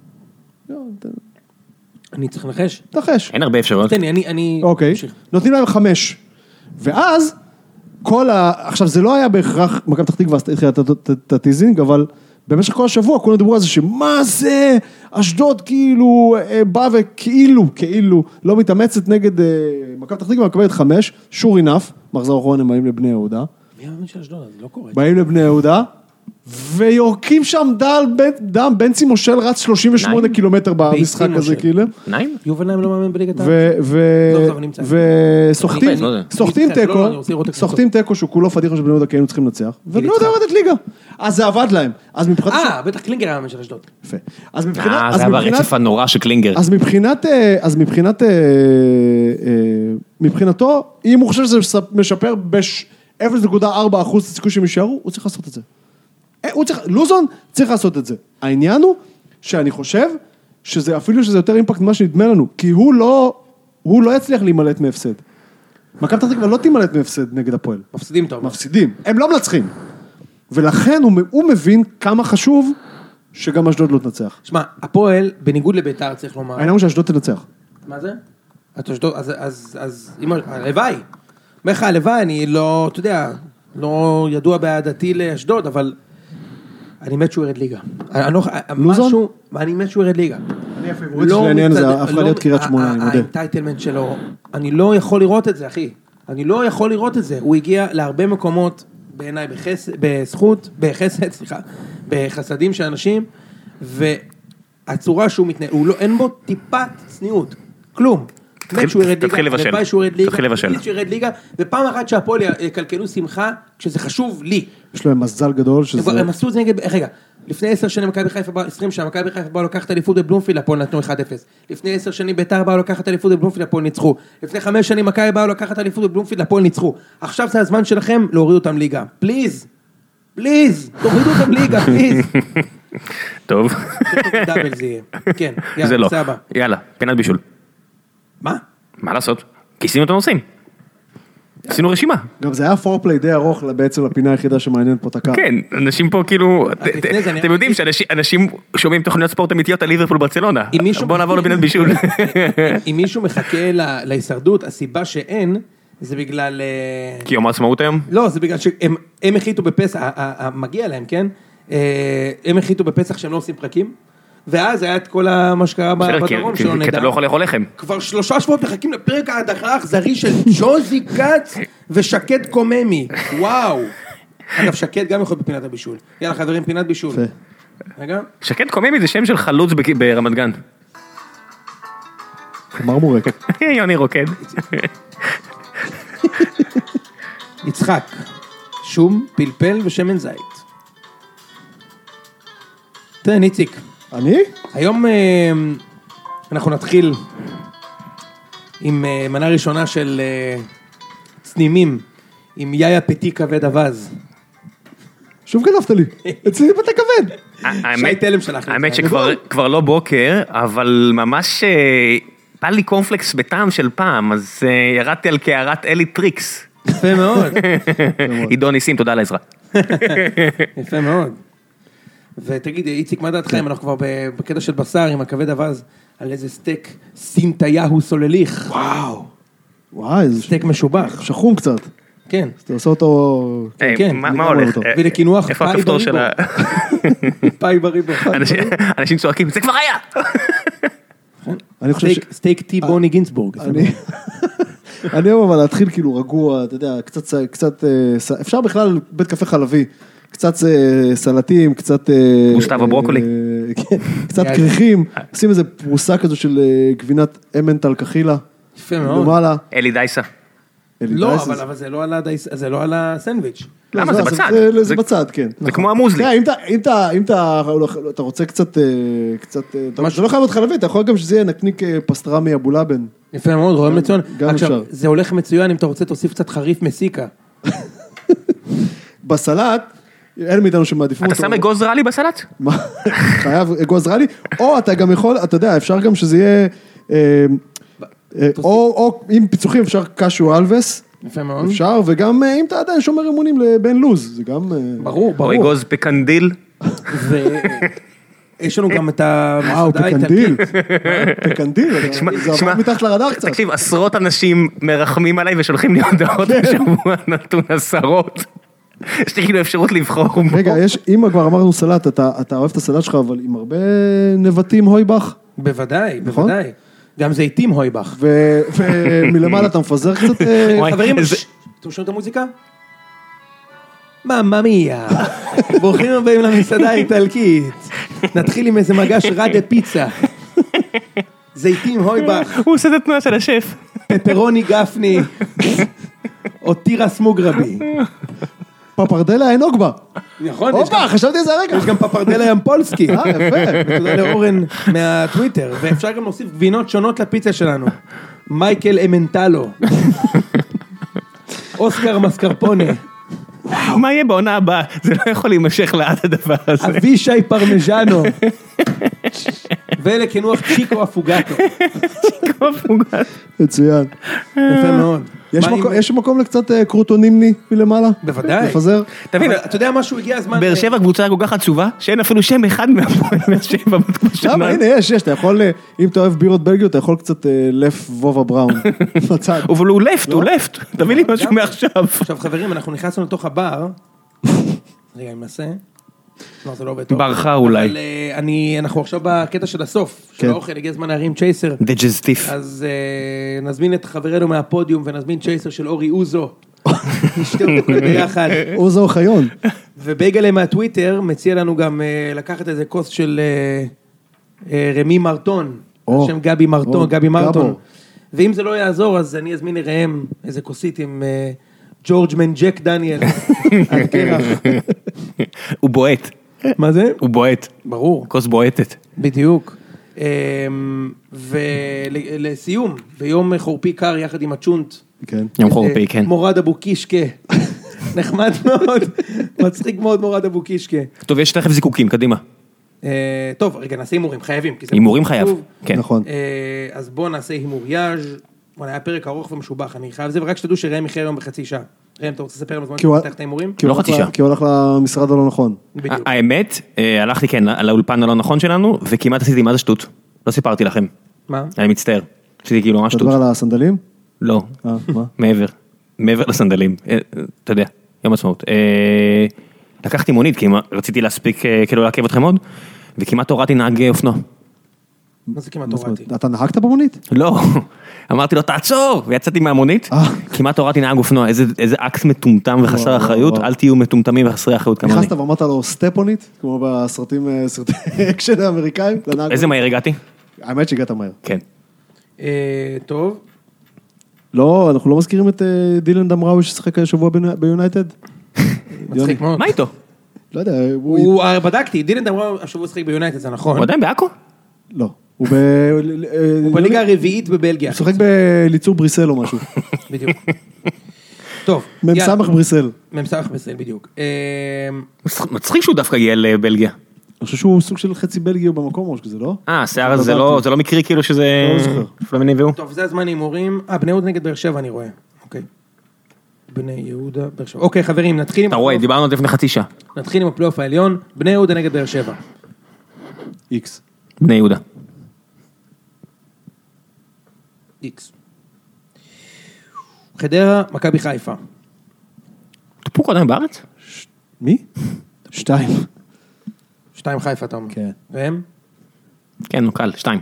אני צריך לנחש? תנחש. אין הרבה אפשרויות. תן לי, אני... אוקיי, נותנים להם 5. ואז, עכשיו זה לא היה בהכרח, מכבי פתח תקווה התחילה את הטיזינג, אבל במשך כל השבוע כולם דיברו על זה שמה זה, אשדוד כאילו בא וכאילו לא מתאמצת נגד מכבי פתח תקווה, מקבלת 5, sure enough, מחזור האחרון הם באים לבני יהודה. מי המאמן של אשדוד? זה לא קורה. באים לבני יהודה, ויורקים שם דם, בנצי מושל רץ 38 קילומטר במשחק הזה, כאילו. נעים? יובל נעים לא מאמן בליגת העל. וסוחטים טקו שהוא כולו פדיחה של בני יהודה, כי היינו צריכים לנצח, ובני יהודה יורדת ליגה. אז זה עבד להם. בטח קלינגר היה מאמן של אשדוד. יפה. זה היה ברצף הנורא של קלינגר. אז מבחינתו, אם הוא חושב שזה משפר ב-0.4% הסיכוי שהם יישארו, הוא צריך לעשות את זה. לוזון צריך לעשות את זה. העניין הוא שאני חושב שזה אפילו שזה יותר אימפקט ממה שנדמה לנו, כי הוא לא יצליח להימלט מהפסד. מכבי פתח תקווה לא תימלט מהפסד נגד הפועל. מפסידים טוב. מפסידים. הם לא מנצחים. ולכן הוא מבין כמה חשוב שגם אשדוד לא תנצח. שמע, הפועל, בניגוד לביתר צריך לומר. אני אומר שאשדוד תנצח. מה זה? אז הלוואי. אומר לך, הלוואי, אני לא, אתה יודע, לא ידוע בעדתי לאשדוד, אבל אני מת שהוא ירד ליגה. לוזון? אני מת שהוא ירד ליגה. אני הפייבוריט של העניין הזה, הפכה להיות קריית שמונה, אני מודה. הטייטלמנט שלו, אני לא יכול לראות את זה, אחי. אני לא יכול לראות את זה. הוא הגיע להרבה מקומות, בעיניי, בחסדים של אנשים, והצורה שהוא מתנהל, אין בו טיפת צניעות, כלום. תתחיל לבשל. ופעם אחת שהפועל יקלקלו שמחה, כשזה חשוב לי. יש להם מזל גדול שזה... הם עשו את זה נגד, רגע, לפני 10 שנים מכבי חיפה, 20 שנה, מכבי חיפה באו לקחת אליפות בבלומפילד, הפועל נתנו 1-0. לפני 10 שנים ביתר באו לקחת אליפות בבלומפילד, הפועל ניצחו. לפני 5 שנים מכבי באו לקחת אליפות בבלומפילד, הפועל ניצחו. עכשיו זה הזמן שלכם להוריד אותם ליגה. פליז, תורידו אותם ליגה, פליז. טוב. דאבל זה יהיה. כן, זה לא. סבא. יאללה, פינת בישול. מה לעשות? כיסינו את הנושאים. עשינו רשימה. גם זה היה פורפליי די ארוך בעצם לפינה היחידה שמעניין פה את הקהל. כן, אנשים פה כאילו, אתם יודעים שאנשים שומעים תוכניות ספורט אמיתיות על ליברפול ברצלונה. בוא נעבור לפינת בישול. אם מישהו מחכה להישרדות, הסיבה שאין, זה בגלל... כי יום העצמאות היום? לא, זה בגלל שהם החליטו בפסח, מגיע להם, כן? הם החליטו בפסח שהם לא עושים פרקים. ואז היה את כל מה שקרה בדרום שלא נדע. כי אתה לא יכול לאכול לחם. כבר 3 שבועות מחכים לפרק ההדחה האכזרי של ג'וזי קאץ ושקד קוממי. וואו. אגב, שקד גם יכול בפינת הבישול. יאללה חברים, פינת בישול. רגע. שקד קוממי זה שם של חלוץ ברמת גן. מרמורק. יוני רוקד. יצחק. שום, פלפל ושמן זית. תראה, ניציק. אני? היום אנחנו נתחיל עם מנה ראשונה של צנימים, עם יאיה פטי כבד אבז. שוב גנבת לי, אצלי בתה כבד. שי תלם שלך. האמת שכבר לא בוקר, אבל ממש בא לי קונפלקס בטעם של פעם, אז ירדתי על קערת אלי טריקס. יפה מאוד. עידו ניסים, תודה על העזרה. יפה מאוד. ותגיד, איציק, מה דעתך אם אנחנו כבר בקטע של בשר עם הכבד אבז, על איזה סטייק סינטיהו סולליך. וואו, איזה סטייק משובח. שחום קצת. כן. אז אתה עושה אותו... כן. מה הולך? ולקינוח איפה הכפתור של ה... פאי בריבו. אנשים צועקים, זה כבר היה! סטייק טי בוני גינסבורג. אני אומר, אבל להתחיל כאילו רגוע, אתה יודע, קצת... אפשר בכלל בית קפה חלבי. קצת סלטים, קצת... גוסטבו ברוקולי. קצת קריחים, עושים איזה פרוסה כזו של גבינת אמנטל קחילה. יפה מאוד. אלי דייסה. לא, אבל זה לא על הסנדוויץ'. למה? זה בצד. זה בצד, כן. זה כמו המוזלי. אם אתה רוצה קצת... זה לא חייב להיות חלבי, אתה יכול גם שזה יהיה נקניק פסטרמי אבולאבן. יפה מאוד, רואה מצוין. גם אפשר. זה הולך מצוין, אם אתה רוצה תוסיף קצת חריף מסיקה. בסלט, אין מאיתנו שמעדיפים אותו. אתה שם אגוז רלי בסלט? מה? חייב אגוז רלי? או אתה גם יכול, אתה יודע, אפשר גם שזה יהיה, או עם פיצוחים אפשר קשו אלווס. יפה מאוד. אפשר, וגם אם אתה עדיין שומר אמונים לבן לוז, זה גם... ברור. או אגוז פקנדיל. יש לנו גם את ה... וואו, פקנדיל. פקנדיל, זה עבר מתחת לרדאר קצת. תקשיב, עשרות אנשים מרחמים עליי ושולחים לי הודעות בשבוע נתון עשרות. יש לי כאילו אפשרות לבחור. רגע, אם כבר אמרנו סלט, אתה אוהב את הסלט שלך, אבל עם הרבה נבטים הויבך? בוודאי. גם זיתים הויבך. ומלמעלה אתה מפזר קצת... חברים, אתם שומעים את המוזיקה? ממא מיה. ברוכים הבאים למסעדה האיטלקית. נתחיל עם איזה מגש רדה פיצה. זיתים הויבך. הוא עושה את התנועה של השף. פפרוני גפני. או טירס מוגרבי. פפרדלה אין אוגבה. נכון. אופה, חשבתי איזה רגע. יש גם פפרדלה ימפולסקי. יפה. ותודה לאורן מהטוויטר. ואפשר גם להוסיף גבינות שונות לפיצה שלנו. מייקל אמנטלו. אוסקר מסקרפונה. מה יהיה בעונה הבאה? זה לא יכול להימשך לאט הדבר הזה. אבישי פרמז'אנו. ולקינוח צ'יקו אפוגטו. מצוין. יפה מאוד. יש מקום לקצת קרוטונימני מלמעלה? בוודאי. לפזר? תבין, אתה יודע משהו, הגיע הזמן... באר שבע קבוצה כל כך עצובה, שאין אפילו שם אחד מהפועל באר שבע. למה? הנה, יש, אתה יכול, אם אתה אוהב בירות בלגיות, אתה יכול קצת לפ וובה בראון. בצד. אבל הוא לפט, תביא לי משהו מעכשיו. עכשיו חברים, אנחנו נכנסנו לתוך הבר. רגע, אני מנסה. לא, זה לא עובד טוב. ברכה אולי. אבל אנחנו עכשיו בקטע של הסוף, של האוכל, הגיע הזמן להרים צ'ייסר. דג'סטיף. אז נזמין את חברנו מהפודיום, ונזמין צ'ייסר של אורי אוזו. נשתה אותו ביחד. אוזו חיון. ובייגלה מהטוויטר מציע לנו גם לקחת איזה כוס של רמי מרטון. השם גבי מרטון. ואם זה לא יעזור, אז אני אזמין לראם איזה כוסית עם ג'ורג'מן ג'ק דניאל. על קרח. הוא בועט. מה זה? הוא בועט. ברור. כוס בועטת. בדיוק. ולסיום, ביום חורפי קר יחד עם הצ'ונט. כן. יום חורפי, כן. מורד אבו קישקה. נחמד מאוד. מצחיק מאוד מורד אבו קישקה. טוב, יש תכף זיקוקים, קדימה. טוב, רגע, נעשה הימורים, חייבים. הימורים חייב, כן. נכון. אז בואו נעשה הימורייז'. היה פרק ארוך ומשובח, אני חייב זה, ורק שתדעו שראם יחיה היום בחצי שעה. ראם, אתה רוצה לספר בזמן שתפתח את ההימורים? לא חצי שעה. כי הוא הולך למשרד הלא נכון. בדיוק. האמת, הלכתי כן לאולפן הלא נכון שלנו, וכמעט עשיתי מה זה שטות. לא סיפרתי לכם. מה? אני מצטער. עשיתי כאילו ממש אתה שטות. מדבר על הסנדלים? לא. מה? מעבר לסנדלים. אתה יודע, יום עצמאות. לקחתי מונית, כי רציתי להספיק כאילו לעכב אתכם עוד, וכמעט הורדתי נהג אופנוע. מה זה כמעט הורדתי? אתה נהגת במונית? לא, אמרתי לו תעצור, ויצאתי מהמונית, כמעט הורדתי נהג אופנוע, איזה אקס מטומטם וחסר אחריות, אל תהיו מטומטמים וחסרי אחריות כמוני. נכנסת ואמרת לו סטפונית, כמו בסרטי אקשן האמריקאים? איזה מהר הגעתי? האמת שהגעת מהר. כן. טוב. לא, אנחנו לא מזכירים את דילן דמראוי ששחק השבוע ביונייטד? מצחיק מאוד. מה איתו? לא יודע, הוא בדקתי, דילן דמראוי השבוע שחק ביונייטד, זה נכון? הוא עדיין בעכו? לא. הוא בליגה הרביעית בבלגיה. הוא שחק בליצור בריסל או משהו. בדיוק. טוב. ממסמך בריסל. ממסמך בריסל, בדיוק. מצחיק שהוא דווקא הגיע לבלגיה. אני חושב שהוא סוג של חצי בלגי במקום, או שכזה, לא? שיער הזה זה לא מקרי כאילו שזה... לא זוכר. פלמיני והוא? טוב, זה הזמן הימורים. בני יהודה נגד באר שבע אני רואה. אוקיי. בני יהודה, באר שבע. אוקיי, חברים, נתחיל עם... אתה רואה, דיברנו על זה לפני חצי שעה. נתחיל עם הפלייאוף העליון. בני יהודה נגד באר שבע. איקס. בני יהודה. איקס. חדרה, מכבי חיפה. טופוקו עדיין בארץ? מי? 2. 2 חיפה, אתה אומר. כן. והם? כן, נו קל, 2.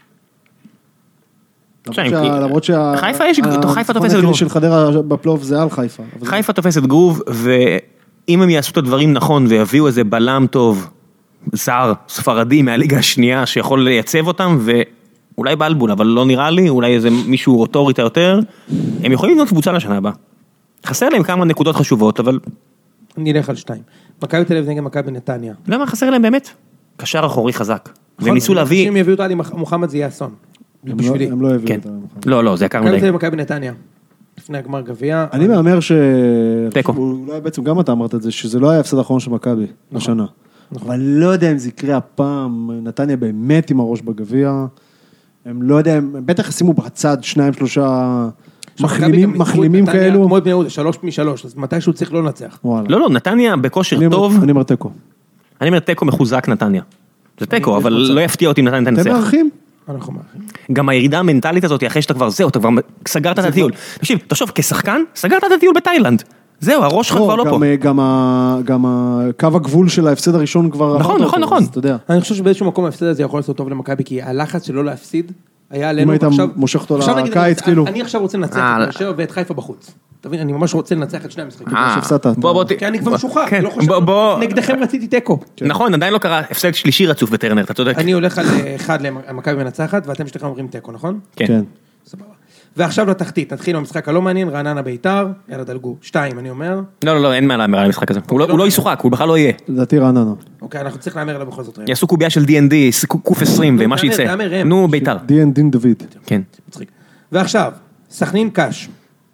למרות חיפה יש, חיפה תופסת גרוב. של חדרה בפלייאוף זה על חיפה. חיפה תופסת גרוב, ואם הם יעשו את הדברים נכון, ויביאו איזה בלם טוב, זר, ספרדי מהליגה השנייה, שיכול לייצב אותם, ואולי בלבול, אבל לא נראה לי, אולי איזה מישהו אוטוריטה יותר, הם יכולים לבנות קבוצה לשנה הבאה. חסר להם כמה נקודות חשובות, אבל... נלך על 2. מכבי תל אביב נגד מכבי נתניה. למה חסר להם באמת? קשר אחורי חזק. וניסו להביא... אם יביאו אותה לי מוחמד זה יהיה אסון. בשבילי. הם לא הביאו כן. אותה. לא, זה יקר מכבי מדי. תל אביב מכבי נתניה. לפני הגמר גביע. אני מאמר תיקו. אולי בעצם גם אתה אמרת את זה, שזה לא היה הפסד האחרון של מכבי השנה. אבל לא יודע אם זה יקרה הפעם, נתניה באמת עם הראש בגביע, הם לא יודע, הם בטח ישימו בצד 2-3 מחלימים כאלו. כמו בני יהודה, 3 מ-3, אז מתישהו צריך לא לנצח. לא, נתניה בכושר טוב. אני אומר תיקו. אני אומר תיקו מחוזק נתניה. זה תיקו, אבל לא יפתיע אותי אם נתניה תנצח. אתם מארחים? אנחנו מארחים. גם הירידה המנטלית הזאת, אחרי שאתה כבר זהו, אתה כבר סגרת את הטיול. תקשיב, תחשוב, כשחקן, סגרת את הטיול בתאילנד. זהו, הראש שלך כבר לא פה. גם קו הגבול של ההפסד הראשון כבר... נכון. אני חושב שבאיזשהו מקום ההפסד הזה יכול לעשות טוב למכבי, כי הלחץ שלא להפסיד היה עלינו. אם היית מושך אותו לקיץ, כאילו... אני עכשיו רוצה לנצח את באר שבע ואת חיפה בחוץ. תבין, אני ממש רוצה לנצח את שני המשחקים. כי אני כבר משוחרר, לא חושב. נגדכם רציתי תיקו. נכון, עדיין לא קרה הפסד שלישי רצוף בטרנר, אתה צודק. אני הולך על 1 למכבי מנצחת, ואתם שתיכם אומרים תיקו, נכון? כן. סבבה. ועכשיו לתחתית, נתחיל במשחק הלא מעניין, רעננה ביתר, יאללה דלגו. 2, אני אומר. לא, אין מה להאמר על המשחק הזה. הוא לא ישוחק, הוא בכלל לא יהיה. לדעתי רעננה. אוקיי, אנחנו צריכים להאמר עליו בכל זאת. יעשו קוביה של D&D, קוף 20 ומה שיצא. נו, ביתר. דין דוד. כן. מצחיק. ועכשיו, סכנין קש.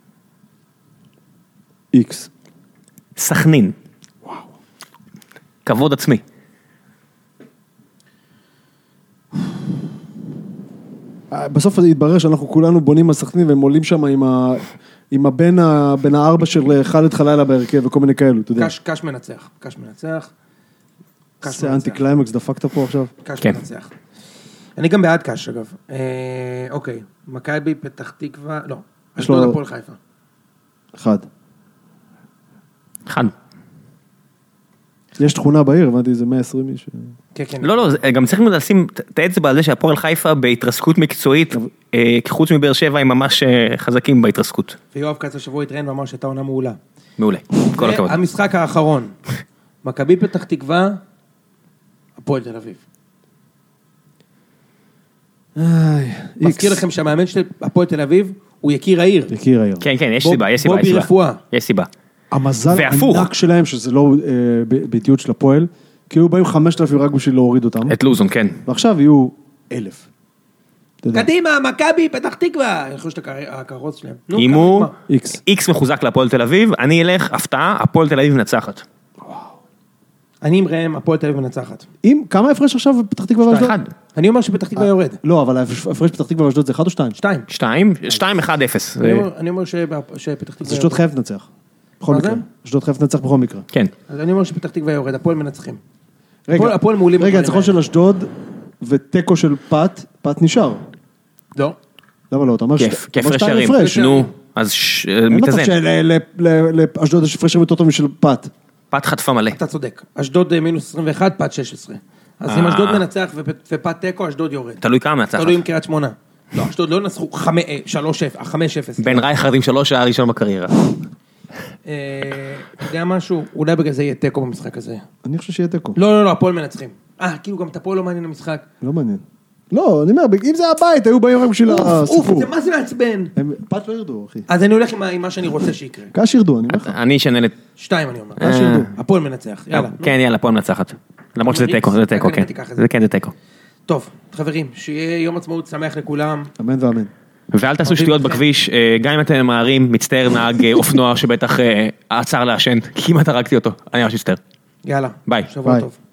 איקס. סכנין. כבוד עצמי. בסוף יתברר שאנחנו כולנו בונים על סכנין, והם עולים שם עם בין הארבע של חלד חלילה בהרכב וכל מיני כאלו, אתה יודע. קש מנצח. זה אנטי קליימקס, דפקת פה עכשיו? קש מנצח. אני גם בעד קש, אגב. אוקיי, מכבי פתח תקווה, לא, אשדוד הפועל חיפה. 1. אחד. יש תכונה בעיר, הבנתי, זה 120 איש. כן. לא, גם צריכים לשים את האצבע על זה שהפועל חיפה בהתרסקות מקצועית, חוץ מבאר שבע הם ממש חזקים בהתרסקות. ויואב כץ השבוע התראיין ואמר שהייתה עונה מעולה. מעולה, כל הכבוד. המשחק האחרון, מכבי פתח תקווה, הפועל תל אביב. מזכיר לכם שהמאמן של הפועל תל אביב, הוא יקיר העיר. יקיר העיר. כן, יש סיבה. בובי רפואה. יש סיבה. המזל הענק שלהם, שזה לא באיטיות של הפועל, כי היו באים 5,000 רק בשביל להוריד אותם. את לוזון, כן. ועכשיו יהיו 1,000. קדימה, מכבי פתח תקווה. אני חושב שאתה הקררוץ שלהם. אם הוא X מחוזק להפועל תל אביב, אני אלך הפתעה, הפועל תל אביב מנצחת. אני עם ראם, הפועל תל אביב מנצחת. כמה הפרש עכשיו בפתח תקווה ואשדוד? 1. אני אומר שפתח תקווה יורד. לא, אבל ההפרש פתח תקווה ואשדוד זה 1 או 2? 2. 2-1-0. אני אומר שפתח תקווה אז אשדוד חייב לנצח. בכל מקרה. אשדוד חייב לנצח בכל מקרה. כן. אז אני אומר שפתח תקווה יורד, הפועל מנצחים. הפועל מעולים. רגע, הניצחון של אשדוד וטקו של פת נשאר. לא. למה לא? אתה אומר כהפרש שערים. נו, אז מתאזן. אין מצב לאשדוד יש הפרש שערים יותר טוב משל פת. פת חטפה מלא. אתה צודק. אשדוד מינוס 21, פת 16. אז אם אשדוד מנצח ופת טקו, אשדוד יורד. תלוי כמה מנצחת. תלוי עם קריית שמונה. לא, אשדוד לא נצחו 5-0. בן רייכרד עם 3 שעה ראשון בקריירה. אתה יודע משהו? אולי בגלל זה יהיה טקו במשחק הזה. אני חושב שיהיה טקו. לא, הפועל מנצחים. כאילו גם את הפועל לא מעניין המשחק. לא מעניין. לא, אני אומר, אם זה הבית, היו באים רק בשביל הסיפור. מה זה מעצבן? פת לא ירדו, אחי. אז אני הולך עם מה שאני רוצה שיקרה. קש ירדו, אני אומר לך. אני אשנה 2 אני אומר. קש ירדו. הפועל מנצח, יאללה. כן, יאללה, הפועל מנצחת. למרות שזה טקו, כן. זה טקו. טוב, חברים, שיהיה יום עצמאות שמח לכולם. אמן ואמן. ואל תעשו שטויות בכביש, גם אם אתם ממהרים, מצטער נהג אופנוע שבטח עצר לעשן, כמעט הרגתי אותו, אני ממש מצטער. יאללה. ביי. שבוע טוב.